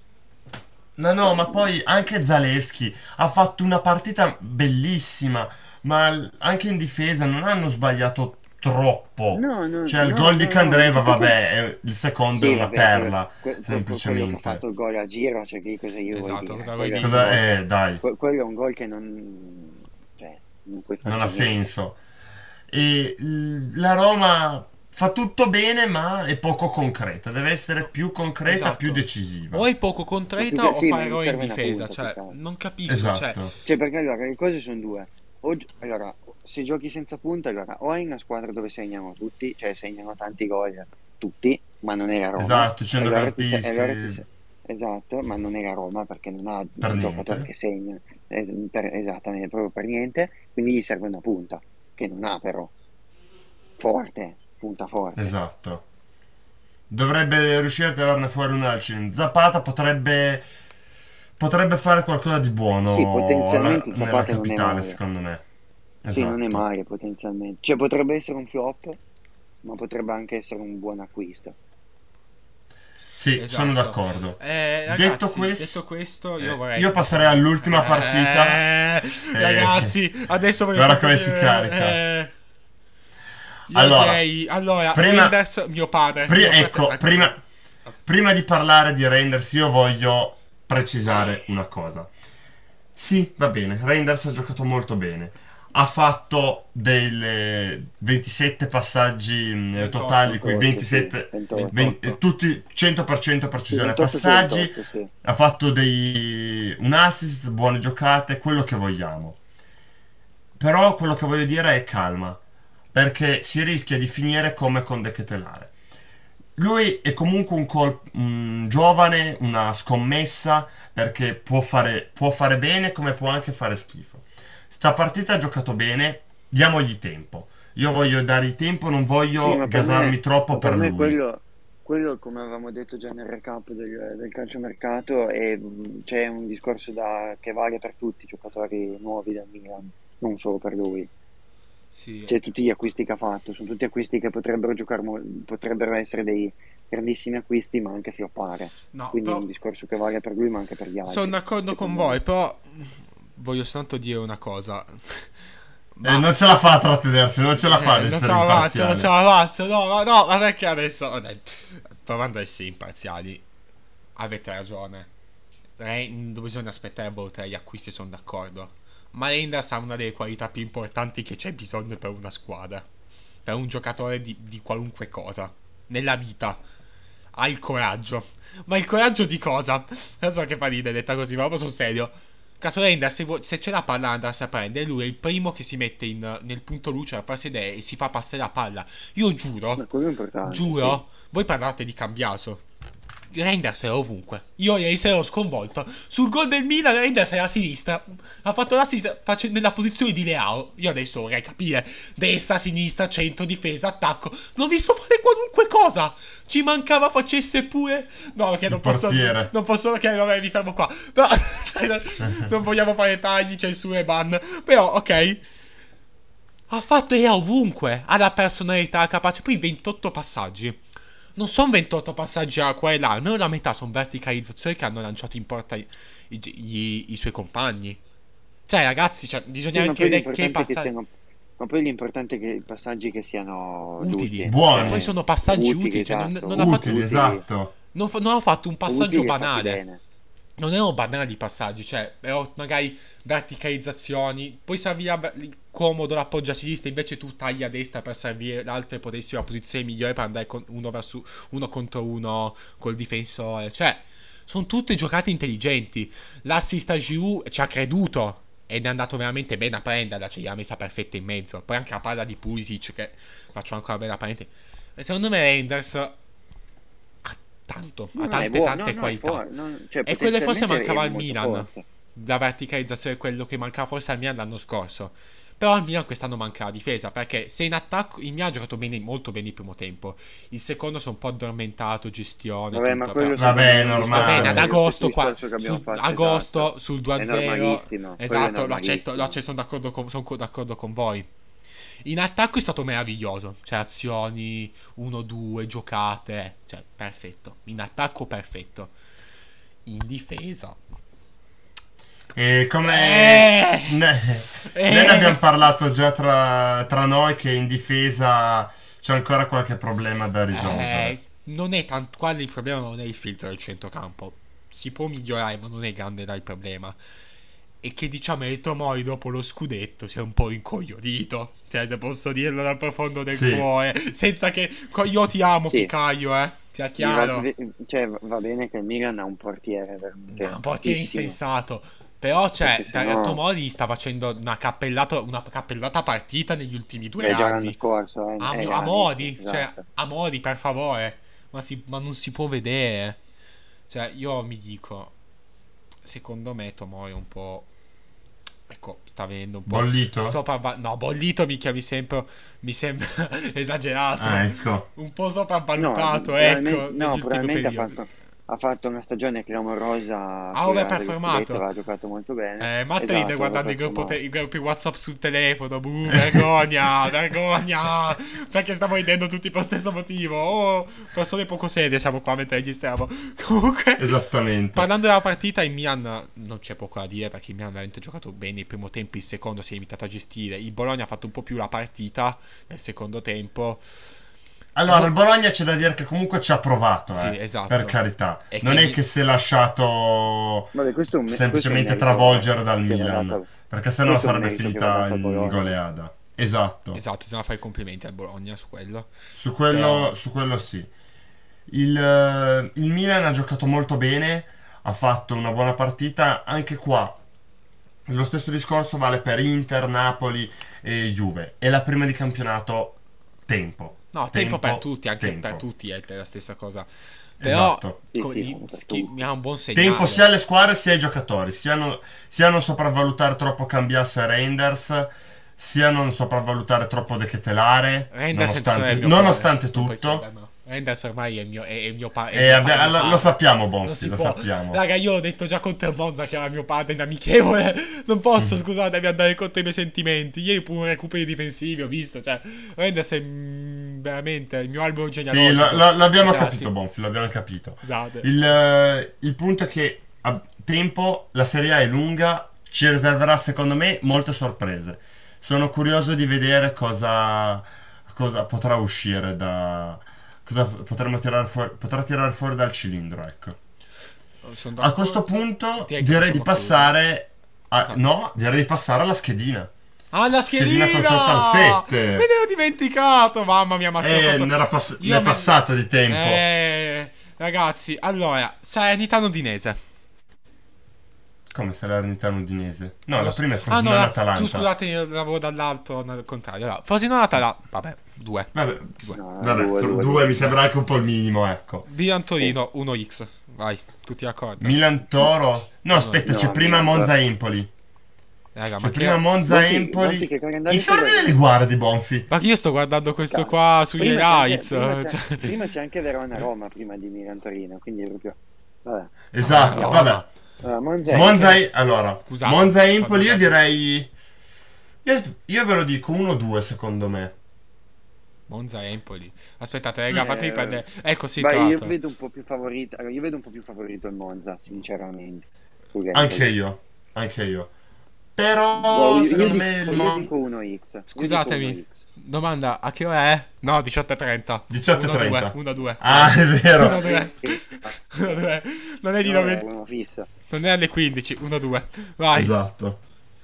Speaker 2: no, no,
Speaker 4: Cioè,
Speaker 2: ma poi anche Zalewski ha fatto una partita bellissima, ma anche in difesa non hanno sbagliato troppo.
Speaker 4: no, no,
Speaker 2: Cioè, il
Speaker 4: no,
Speaker 2: gol di
Speaker 4: no, no, ma
Speaker 2: Candreva,
Speaker 4: c'è più che altro...
Speaker 2: vabbè, il secondo è
Speaker 4: Sì,
Speaker 2: una
Speaker 4: vabbè,
Speaker 2: perla,
Speaker 4: quello che ha
Speaker 2: semplicemente.
Speaker 4: fatto il gol a giro, cioè che cosa gli vuoi
Speaker 3: Esatto,
Speaker 4: dire?
Speaker 3: cosa vuoi
Speaker 4: Quello è un
Speaker 3: dire?
Speaker 2: Cosa
Speaker 4: gol che...
Speaker 2: è? Dai,
Speaker 4: quello è un gol che non... cioè, non puoi
Speaker 2: non ha
Speaker 4: farci niente.
Speaker 2: senso. E la Roma fa tutto bene, ma è poco concreta. Deve essere
Speaker 3: No,
Speaker 2: più concreta, più
Speaker 3: esatto. O
Speaker 2: decisiva.
Speaker 3: è poco
Speaker 4: Ma più
Speaker 3: concreta
Speaker 4: che...
Speaker 3: o
Speaker 4: Sì,
Speaker 3: fa
Speaker 4: ma gli
Speaker 3: errori in
Speaker 4: serve una
Speaker 3: difesa.
Speaker 4: punta, più
Speaker 3: Cioè,
Speaker 4: che altro.
Speaker 3: non capisco. Cioè,
Speaker 2: Esatto,
Speaker 4: Cioè, perché allora le cose sono due. Allora, se giochi senza punta, allora o hai una squadra dove segnano tutti, cioè segnano tanti gol tutti, ma non è la Roma,
Speaker 2: esatto,
Speaker 4: e allora
Speaker 2: centrocampisti,
Speaker 4: esatto, ma non è la Roma perché non ha
Speaker 2: per
Speaker 4: un giocatore
Speaker 2: niente.
Speaker 4: che segna, esattamente, proprio per niente, quindi gli serve una punta, che non ha però, forte, punta forte.
Speaker 2: Esatto. Dovrebbe riuscire a tirarne fuori un Alcin. Zapata potrebbe fare qualcosa di
Speaker 4: Sì,
Speaker 2: buono
Speaker 4: potenzialmente
Speaker 2: nella
Speaker 4: Zapata non è
Speaker 2: capitale,
Speaker 4: male.
Speaker 2: secondo me.
Speaker 4: Sì, non è
Speaker 2: Esatto.
Speaker 4: male potenzialmente. Cioè, potrebbe essere un flop, ma potrebbe anche essere un buon acquisto.
Speaker 2: Sì, sono
Speaker 3: Esatto.
Speaker 2: d'accordo. Detto
Speaker 3: Ragazzi, detto
Speaker 2: questo,
Speaker 3: questo, io vorrei
Speaker 2: io
Speaker 3: tipo
Speaker 2: passerei all'ultima partita. E
Speaker 3: ragazzi, adesso voglio
Speaker 2: guarda
Speaker 3: tanto
Speaker 2: come si
Speaker 3: dire
Speaker 2: carica.
Speaker 3: io
Speaker 2: Allora,
Speaker 3: direi allora
Speaker 2: prima,
Speaker 3: Reinders, mio padre
Speaker 2: ecco, prima di parlare di Reinders, io voglio precisare una cosa. Sì, va bene, Reinders ha giocato molto bene. Ha fatto dei 27 passaggi
Speaker 3: 28,
Speaker 2: totali, qui
Speaker 4: 28, sì,
Speaker 2: 27,
Speaker 4: 28.
Speaker 2: tutti 100%
Speaker 4: Sì,
Speaker 2: precisione ai
Speaker 4: 28 su
Speaker 2: passaggi.
Speaker 4: 28, sì.
Speaker 2: Ha fatto un assist, buone giocate, quello che vogliamo. Però quello che voglio dire è calma, perché si rischia di finire come con De Ketelare. Lui è comunque un giovane, una scommessa, perché può fare bene come può anche fare schifo. Sta partita ha giocato bene, diamogli tempo. Io voglio dargli tempo, non
Speaker 4: Sì,
Speaker 2: voglio gasarmi troppo
Speaker 4: ma per
Speaker 2: per
Speaker 4: me
Speaker 2: lui.
Speaker 4: quello, come avevamo detto già nel recap del calciomercato, c'è un discorso che vale per tutti i giocatori nuovi del Milan, non solo per lui.
Speaker 3: sì.
Speaker 4: Cioè, tutti gli acquisti che ha fatto, sono tutti acquisti che potrebbero potrebbero essere dei grandissimi acquisti, ma anche floppare.
Speaker 3: No,
Speaker 4: Quindi è un
Speaker 3: però
Speaker 4: discorso che vale per lui, ma anche per gli
Speaker 3: sono
Speaker 4: altri,
Speaker 3: d'accordo con
Speaker 4: secondo me.
Speaker 3: voi, però voglio soltanto dire una cosa. Ma
Speaker 2: Non ce la fa a trattenersi, non ce la fa ad
Speaker 3: non ce
Speaker 2: essere
Speaker 3: la faccio, non ce
Speaker 2: imparziale.
Speaker 3: la faccio, no, ma perché adesso, provando a essere imparziali, avete ragione. Bisogna aspettare a volte gli acquisti, sono d'accordo. Ma Reinders ha una delle qualità più importanti che c'è bisogno per una squadra. Per un giocatore di qualunque cosa. Nella vita. Ha il coraggio. Ma il coraggio di cosa? Non so che fa ridere, detta così, ma proprio sul serio. Caso Reinders, se c'è la palla da andarsi a prendere, lui è il primo che si mette nel punto luce a farsi idee e si fa passare la palla. Io
Speaker 4: Ma
Speaker 3: giuro,
Speaker 4: quello è importante, sì.
Speaker 3: giuro, voi parlate di Cambiaso. Reinders era ovunque. Io ieri sera ero sconvolto. Sul gol del Milan, Reinders era a sinistra. Ha fatto l'assist nella posizione di Leao. Io adesso vorrei capire. Destra, sinistra, centro, difesa, attacco. Non ho visto fare qualunque cosa. Ci mancava facesse pure. No, perché
Speaker 2: Il portiere.
Speaker 3: non posso. Ok, vabbè, mi fermo qua. Però, non vogliamo fare tagli, censure, ban. Però, ok. Ha fatto era ovunque. Ha la personalità capace. Poi 28 passaggi. Non sono 28 passaggi a qua e là, almeno la metà sono verticalizzazioni che hanno lanciato in porta i suoi compagni. Cioè, ragazzi, bisogna
Speaker 4: Sì, ma
Speaker 3: anche
Speaker 4: poi
Speaker 3: vedere che
Speaker 4: l'importante è che
Speaker 3: passaggi
Speaker 4: siano, ma poi l'importante è che i passaggi che siano
Speaker 3: utili.
Speaker 4: giusti,
Speaker 3: E poi
Speaker 2: Buoni,
Speaker 3: sono passaggi
Speaker 4: utili,
Speaker 3: utili. Cioè,
Speaker 4: esatto,
Speaker 3: non ha fatto,
Speaker 2: utili,
Speaker 4: utili,
Speaker 2: esatto.
Speaker 3: non ha fatto un passaggio
Speaker 4: utili e fatti
Speaker 3: banale.
Speaker 4: bene.
Speaker 3: Non erano banali i passaggi, cioè, erano magari verticalizzazioni. Poi serviva comodo l'appoggio a sinistra, invece tu tagli a destra per servire l'altro e potessi la posizione migliore per andare uno contro uno col difensore. Cioè, sono tutte giocate intelligenti. L'assist a Giroud ci ha creduto ed è andato veramente bene a prenderla, ce l'ha messa perfetta in mezzo. Poi anche la palla di Pulisic, che faccio ancora bella parentesi. Secondo me Reinders
Speaker 4: No,
Speaker 3: ha
Speaker 4: no, è
Speaker 3: tante
Speaker 4: buono, no,
Speaker 3: tante
Speaker 4: no, è
Speaker 3: qualità.
Speaker 4: forte, no, cioè
Speaker 3: E quello che forse
Speaker 4: potenzialmente è
Speaker 3: mancava al
Speaker 4: molto
Speaker 3: Milan.
Speaker 4: forte.
Speaker 3: La verticalizzazione è quello che mancava forse al Milan l'anno scorso. Però al Milan quest'anno manca la difesa. Perché se in attacco il Milan ha giocato bene, molto bene il primo tempo. Il secondo si è un po' addormentato, gestione,
Speaker 4: Vabbè, ma
Speaker 3: tutto. Però
Speaker 4: quello secondo
Speaker 2: Vabbè, è
Speaker 4: me è un
Speaker 3: va bene,
Speaker 4: discorso,
Speaker 3: ad
Speaker 4: è
Speaker 2: normale.
Speaker 4: lo stesso
Speaker 3: agosto qua.
Speaker 4: discorso che abbiamo
Speaker 3: Su
Speaker 4: fatto, esatto.
Speaker 3: agosto sul
Speaker 4: È
Speaker 3: 2-0.
Speaker 4: normalissimo, quello è
Speaker 3: Esatto, lo accetto,
Speaker 4: normalissimo.
Speaker 3: sono d'accordo con voi. In attacco è stato meraviglioso. Cioè, azioni 1-2, giocate. Cioè, perfetto. In attacco, perfetto. In difesa.
Speaker 2: E
Speaker 3: Eh,
Speaker 2: come noi ne abbiamo
Speaker 3: eh.
Speaker 2: parlato già tra noi che in difesa c'è ancora qualche problema da risolvere.
Speaker 3: Non è tanto. Qua il problema non è il filtro del centrocampo. Si può migliorare, ma non è grande il problema. E che diciamo che Tomori dopo lo scudetto si è un po' incoglionito. Cioè, se posso dirlo dal profondo del
Speaker 2: Sì,
Speaker 3: cuore. Senza che. Io ti amo,
Speaker 4: Sì,
Speaker 3: Ficaio, sia
Speaker 4: mi va,
Speaker 3: chiaro.
Speaker 4: cioè, va bene che il Milan ha un portiere
Speaker 3: No,
Speaker 4: veramente
Speaker 3: un portiere
Speaker 4: fortissimo,
Speaker 3: insensato. Però,
Speaker 4: perché
Speaker 3: cioè,
Speaker 4: sennò,
Speaker 3: Tomori sta facendo una cappellata partita negli ultimi due
Speaker 4: beh, già l'anno
Speaker 3: anni.
Speaker 4: scorso
Speaker 3: A
Speaker 4: era inizio,
Speaker 3: modi, cioè,
Speaker 4: esatto.
Speaker 3: a modi, per favore. Ma non si può vedere. Cioè, io mi dico, secondo me Tomori è un po'. Ecco, sta venendo un po'.
Speaker 2: bollito?
Speaker 3: No, bollito mi sembra esagerato.
Speaker 2: Ah, ecco.
Speaker 3: Un po'
Speaker 4: No,
Speaker 3: sopravvalutato, ecco,
Speaker 4: probabilmente,
Speaker 3: negli
Speaker 4: no,
Speaker 3: ultimi
Speaker 4: probabilmente
Speaker 3: periodi.
Speaker 4: ha ha fatto una stagione clamorosa
Speaker 3: Ah,
Speaker 4: quella
Speaker 3: vabbè,
Speaker 4: dello scudetto,
Speaker 3: performato.
Speaker 4: aveva giocato molto bene.
Speaker 3: Matt ride
Speaker 4: Esatto, aveva
Speaker 3: guardando
Speaker 4: performato.
Speaker 3: i gruppi WhatsApp sul telefono. Buh, vergogna, vergogna. Perché stiamo ridendo tutti per lo stesso motivo. Oh, persone poco serie siamo qua mentre registriamo. Comunque,
Speaker 2: Esattamente.
Speaker 3: parlando della partita, il Milan non c'è poco da dire perché il Milan ha veramente giocato bene il primo tempo, il secondo si è limitato a gestire. Il Bologna ha fatto un po' più la partita nel secondo tempo.
Speaker 2: Allora,
Speaker 3: No-
Speaker 2: il Bologna c'è da dire che comunque ci ha provato,
Speaker 3: Sì,
Speaker 2: per
Speaker 3: esatto.
Speaker 2: carità.
Speaker 3: E
Speaker 2: Non
Speaker 3: che
Speaker 2: è che si è lasciato
Speaker 4: Vabbè, questo è un
Speaker 2: semplicemente
Speaker 4: merito
Speaker 2: travolgere dal
Speaker 4: che va
Speaker 2: Milan,
Speaker 4: dato,
Speaker 2: perché sennò
Speaker 4: questo è un
Speaker 2: sarebbe
Speaker 4: merito che va
Speaker 2: finita
Speaker 4: dato al
Speaker 2: in
Speaker 4: Bologna.
Speaker 2: goleada. Esatto.
Speaker 3: Esatto, bisogna fare i complimenti al Bologna su quello.
Speaker 2: Su
Speaker 3: Però,
Speaker 2: quello sì. Il Milan ha giocato molto bene, ha fatto una buona partita. Anche qua lo stesso discorso vale per Inter, Napoli e Juve. È la prima di campionato, tempo.
Speaker 3: no, tempo per
Speaker 2: Tempo,
Speaker 3: tutti, anche per
Speaker 2: tempo.
Speaker 3: tutti è la stessa cosa. Però
Speaker 2: Esatto.
Speaker 4: Sì, sì, per tutti.
Speaker 3: mi ha un buon
Speaker 2: Tempo
Speaker 3: segnale.
Speaker 2: sia alle squadre sia ai giocatori, sia non sopravvalutare troppo Cambiasso e Reinders, sia non sopravvalutare troppo De Ketelare,
Speaker 3: Reinders è entrato nel mio cuore,
Speaker 2: nonostante
Speaker 3: non puoi
Speaker 2: tutto.
Speaker 3: chiedermelo. Reinders ormai è il mio padre.
Speaker 2: E lo sappiamo,
Speaker 3: Non
Speaker 2: Bonfi,
Speaker 3: si
Speaker 2: lo
Speaker 3: può.
Speaker 2: sappiamo.
Speaker 3: Raga, io ho detto già contro il Monza che era mio padre in amichevole. Non posso, scusatemi, andare contro i miei sentimenti. Ieri pure recuperi difensivi, ho visto. Cioè, Reinders è veramente il mio albero
Speaker 2: Sì,
Speaker 3: genealogico.
Speaker 2: l'abbiamo
Speaker 3: Ragazzi,
Speaker 2: capito, Bonfi, l'abbiamo capito.
Speaker 3: scusate.
Speaker 2: Il punto è che a tempo la Serie A è lunga, ci riserverà secondo me molte sorprese. Sono curioso di vedere cosa potrà uscire cosa potrà tirare fuori dal cilindro, ecco.
Speaker 3: Sono
Speaker 2: A questo
Speaker 3: d'accordo.
Speaker 2: punto
Speaker 3: Direi che
Speaker 2: direi di
Speaker 3: possiamo
Speaker 2: passare
Speaker 3: Ah.
Speaker 2: no, direi di passare alla schedina.
Speaker 3: Ah, la
Speaker 2: Schedina
Speaker 3: schedina!
Speaker 2: col sotto al 7.
Speaker 3: Me ne ero dimenticato! Mamma mia, Matteo.
Speaker 2: Ne è passato di tempo.
Speaker 3: Ragazzi, allora, Salernitano Udinese.
Speaker 2: Come Salernitano Udinese? No,
Speaker 3: Non
Speaker 2: la
Speaker 3: lo so.
Speaker 2: prima è
Speaker 3: Ah,
Speaker 2: Frosinone
Speaker 3: no,
Speaker 2: Atalanta.
Speaker 3: scusate, io lavoro dall'alto, al contrario. Allora, Frosinone Atalanta. Vabbè, 2.
Speaker 2: Vabbè,
Speaker 4: No,
Speaker 2: vabbè, due mi sembra anche un po' il minimo, ecco.
Speaker 3: Milan Torino 1x. Vai, tutti d'accordo.
Speaker 2: Milan Toro. No, aspetta,
Speaker 4: No,
Speaker 2: c'è prima
Speaker 4: Milan
Speaker 2: Monza
Speaker 4: Toro.
Speaker 2: Empoli.
Speaker 3: Raga,
Speaker 2: C'è
Speaker 3: ma
Speaker 2: prima
Speaker 3: che...
Speaker 2: Monza
Speaker 4: Bonfi,
Speaker 2: Empoli.
Speaker 4: che calendario
Speaker 2: I cordi
Speaker 4: stai
Speaker 2: li guardi, Bonfi.
Speaker 3: Ma che io sto guardando questo
Speaker 4: Cazzo.
Speaker 3: qua sugli highlights. Cioè...
Speaker 4: Prima c'è anche Verona-Roma prima di Milan-Torino, quindi è proprio... Vabbè.
Speaker 2: Esatto,
Speaker 3: no,
Speaker 2: vabbè.
Speaker 3: no.
Speaker 4: Monza
Speaker 2: Allora,
Speaker 3: Scusate,
Speaker 2: Monza Empoli io
Speaker 3: guardate.
Speaker 2: direi. Io ve lo dico 1-2 secondo me.
Speaker 3: Monza Empoli. Aspettate, raga, fatemi prendere... Ecco, sì,
Speaker 4: vai,
Speaker 3: tra
Speaker 4: io
Speaker 3: l'altro.
Speaker 4: vedo un po' più favorito. Allora, io vedo un po' più favorito il Monza, sinceramente.
Speaker 2: Anche io. Anche io. Però,
Speaker 4: Wow,
Speaker 2: secondo me
Speaker 4: io dico 1x.
Speaker 3: Scusatemi, domanda, a che ora è? No, 18:30.
Speaker 2: 18:30.
Speaker 3: 1-2.
Speaker 2: Ah, è vero.
Speaker 3: 1-2. 1-2. Non è di
Speaker 4: No,
Speaker 3: 9.
Speaker 4: è uno fisso.
Speaker 3: Non è alle 15. 1-2. Vai.
Speaker 2: Esatto.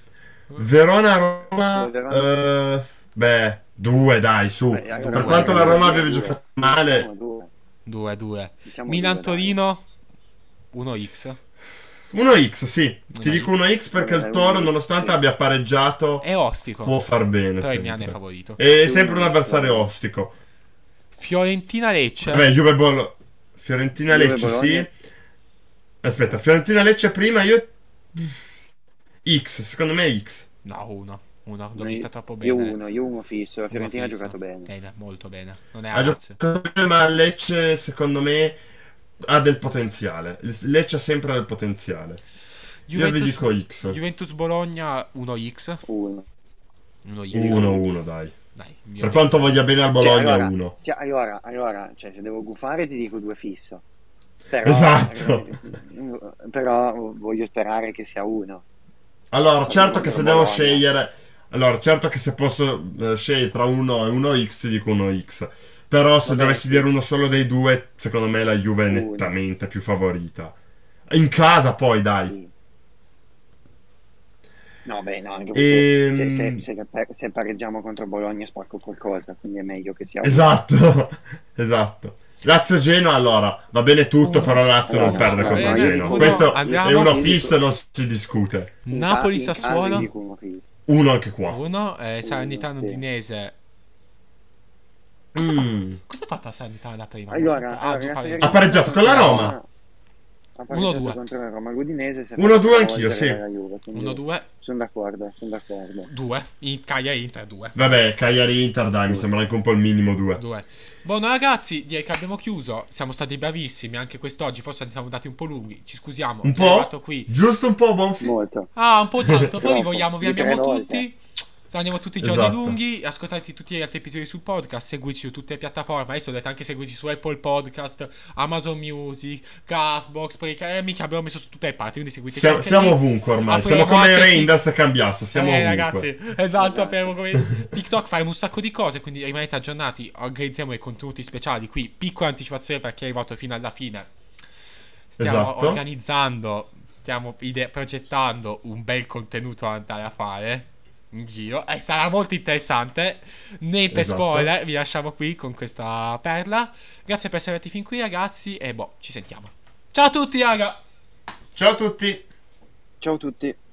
Speaker 2: Verona-Roma.
Speaker 4: Verona.
Speaker 2: Beh, 2 dai, su.
Speaker 4: Beh, allora,
Speaker 2: Per quanto la Roma abbia giocato male.
Speaker 3: 2-2.
Speaker 4: Diciamo
Speaker 3: Milan-Torino 1x.
Speaker 2: 1x, sì. Ti
Speaker 3: 1x.
Speaker 2: dico 1x perché il Toro, nonostante abbia pareggiato,
Speaker 3: È ostico.
Speaker 2: può far bene.
Speaker 3: Però il Milan è
Speaker 2: sempre.
Speaker 3: favorito.
Speaker 2: È sempre un avversario ostico.
Speaker 3: Fiorentina-Lecce.
Speaker 2: Vabbè, Fiorentina-Lecce,
Speaker 4: Juve
Speaker 2: sì.
Speaker 4: Bologna.
Speaker 2: Aspetta, Fiorentina-Lecce prima, io. X, secondo me è X.
Speaker 3: No, 1. L'ho
Speaker 4: No,
Speaker 3: vista troppo
Speaker 4: Io
Speaker 3: bene.
Speaker 4: uno fisso. La
Speaker 3: Uno
Speaker 4: Fiorentina ha
Speaker 3: fisso.
Speaker 4: giocato bene.
Speaker 3: Bene, molto bene. Non è
Speaker 2: Ha
Speaker 3: a Lazio.
Speaker 2: giocato bene, ma Lecce, secondo me, ha del potenziale. Il Lecce ha sempre del potenziale. Io vi dico X.
Speaker 3: Juventus Bologna 1x.
Speaker 4: 1.
Speaker 3: 1x.
Speaker 2: 1-1, dai.
Speaker 3: Dai,
Speaker 2: Per quanto voglia bene al Bologna, 1.
Speaker 4: Allora, cioè, se devo gufare ti dico 2 fisso. Però,
Speaker 2: Esatto.
Speaker 4: Però voglio sperare che sia 1.
Speaker 2: Allora, certo che se devo
Speaker 4: Bologna.
Speaker 2: scegliere. Allora, certo che se posso scegliere tra 1 e 1x, ti dico 1x. Però se
Speaker 4: Vabbè,
Speaker 2: dovessi
Speaker 4: sì.
Speaker 2: dire uno solo dei due, secondo me la Juve è
Speaker 4: Uno.
Speaker 2: nettamente più favorita. In casa poi, dai.
Speaker 4: Sì. No, beh, no, anche perché se pareggiamo contro Bologna spacco qualcosa, quindi è meglio che sia 1.
Speaker 2: Esatto. Esatto. Lazio-Genoa, allora, va bene tutto, però Lazio non
Speaker 4: Allora,
Speaker 2: perde
Speaker 3: va
Speaker 2: contro
Speaker 3: bene.
Speaker 2: Genoa.
Speaker 3: Uno,
Speaker 2: Questo
Speaker 3: andiamo.
Speaker 2: è uno
Speaker 4: Io
Speaker 2: fisso e
Speaker 4: dico-
Speaker 2: non si discute.
Speaker 3: Napoli-Sassuolo.
Speaker 4: Dico 1 fisso.
Speaker 2: 1 anche qua.
Speaker 3: 1. Salernitano
Speaker 4: Sì.
Speaker 3: Udinese.
Speaker 2: Mm.
Speaker 3: Cosa ha fatto la Salernitana la prima?
Speaker 4: Allora,
Speaker 3: Ah,
Speaker 4: la
Speaker 3: tu parli-
Speaker 4: Salernitana
Speaker 2: Ha pareggiato con la Roma.
Speaker 4: Ha pareggiato
Speaker 3: 1-2.
Speaker 4: contro la Roma, l'Udinese si è
Speaker 2: 1-2
Speaker 4: fatto
Speaker 2: anch'io,
Speaker 4: stravolgere
Speaker 2: sì.
Speaker 4: dalla Juve, quindi
Speaker 3: 1-2.
Speaker 4: sono d'accordo, sono d'accordo.
Speaker 3: 2. Cagliari Inter 2.
Speaker 2: Vabbè, Cagliari-Inter, dai, mi sembra anche un po' il minimo 2.
Speaker 3: 2. Buono ragazzi, direi che abbiamo chiuso. Siamo stati bravissimi anche quest'oggi. Forse siamo andati un po' lunghi. Ci scusiamo.
Speaker 2: Un
Speaker 3: Chi è arrivato
Speaker 2: po'?
Speaker 3: qui.
Speaker 2: Giusto un po', Bonfi?
Speaker 4: Molto.
Speaker 3: Ah, un po' tanto. Poi vi
Speaker 4: Troppo.
Speaker 3: vogliamo, vi
Speaker 4: Di 3
Speaker 3: amiamo
Speaker 4: volte.
Speaker 3: tutti. Andiamo tutti i giorni
Speaker 2: Esatto.
Speaker 3: lunghi. Ascoltate tutti gli altri episodi sul podcast. Seguici su tutte le piattaforme. Adesso dovete anche seguirci su Apple Podcast, Amazon Music, Castbox. Perché mica abbiamo messo su tutte le parti. Quindi seguiteci
Speaker 2: Siamo,
Speaker 3: anche
Speaker 2: siamo
Speaker 3: lì.
Speaker 2: ovunque ormai.
Speaker 3: Apriamo
Speaker 2: Siamo come
Speaker 3: anche
Speaker 2: Reinders e Cambiasso. Siamo ovunque.
Speaker 3: ragazzi, esatto, apriamo come TikTok, faremo un sacco di cose, quindi rimanete aggiornati. Organizziamo dei contenuti speciali qui. Piccola anticipazione per chi è arrivato fino alla fine. Stiamo
Speaker 2: Esatto.
Speaker 3: organizzando, stiamo progettando un bel contenuto da andare a fare in giro e sarà molto interessante. Niente
Speaker 2: Esatto.
Speaker 3: spoiler, vi lasciamo qui con questa perla. Grazie per essere arrivati fin qui ragazzi e ci sentiamo. Ciao a tutti raga.
Speaker 2: Ciao a tutti.
Speaker 4: Ciao a tutti.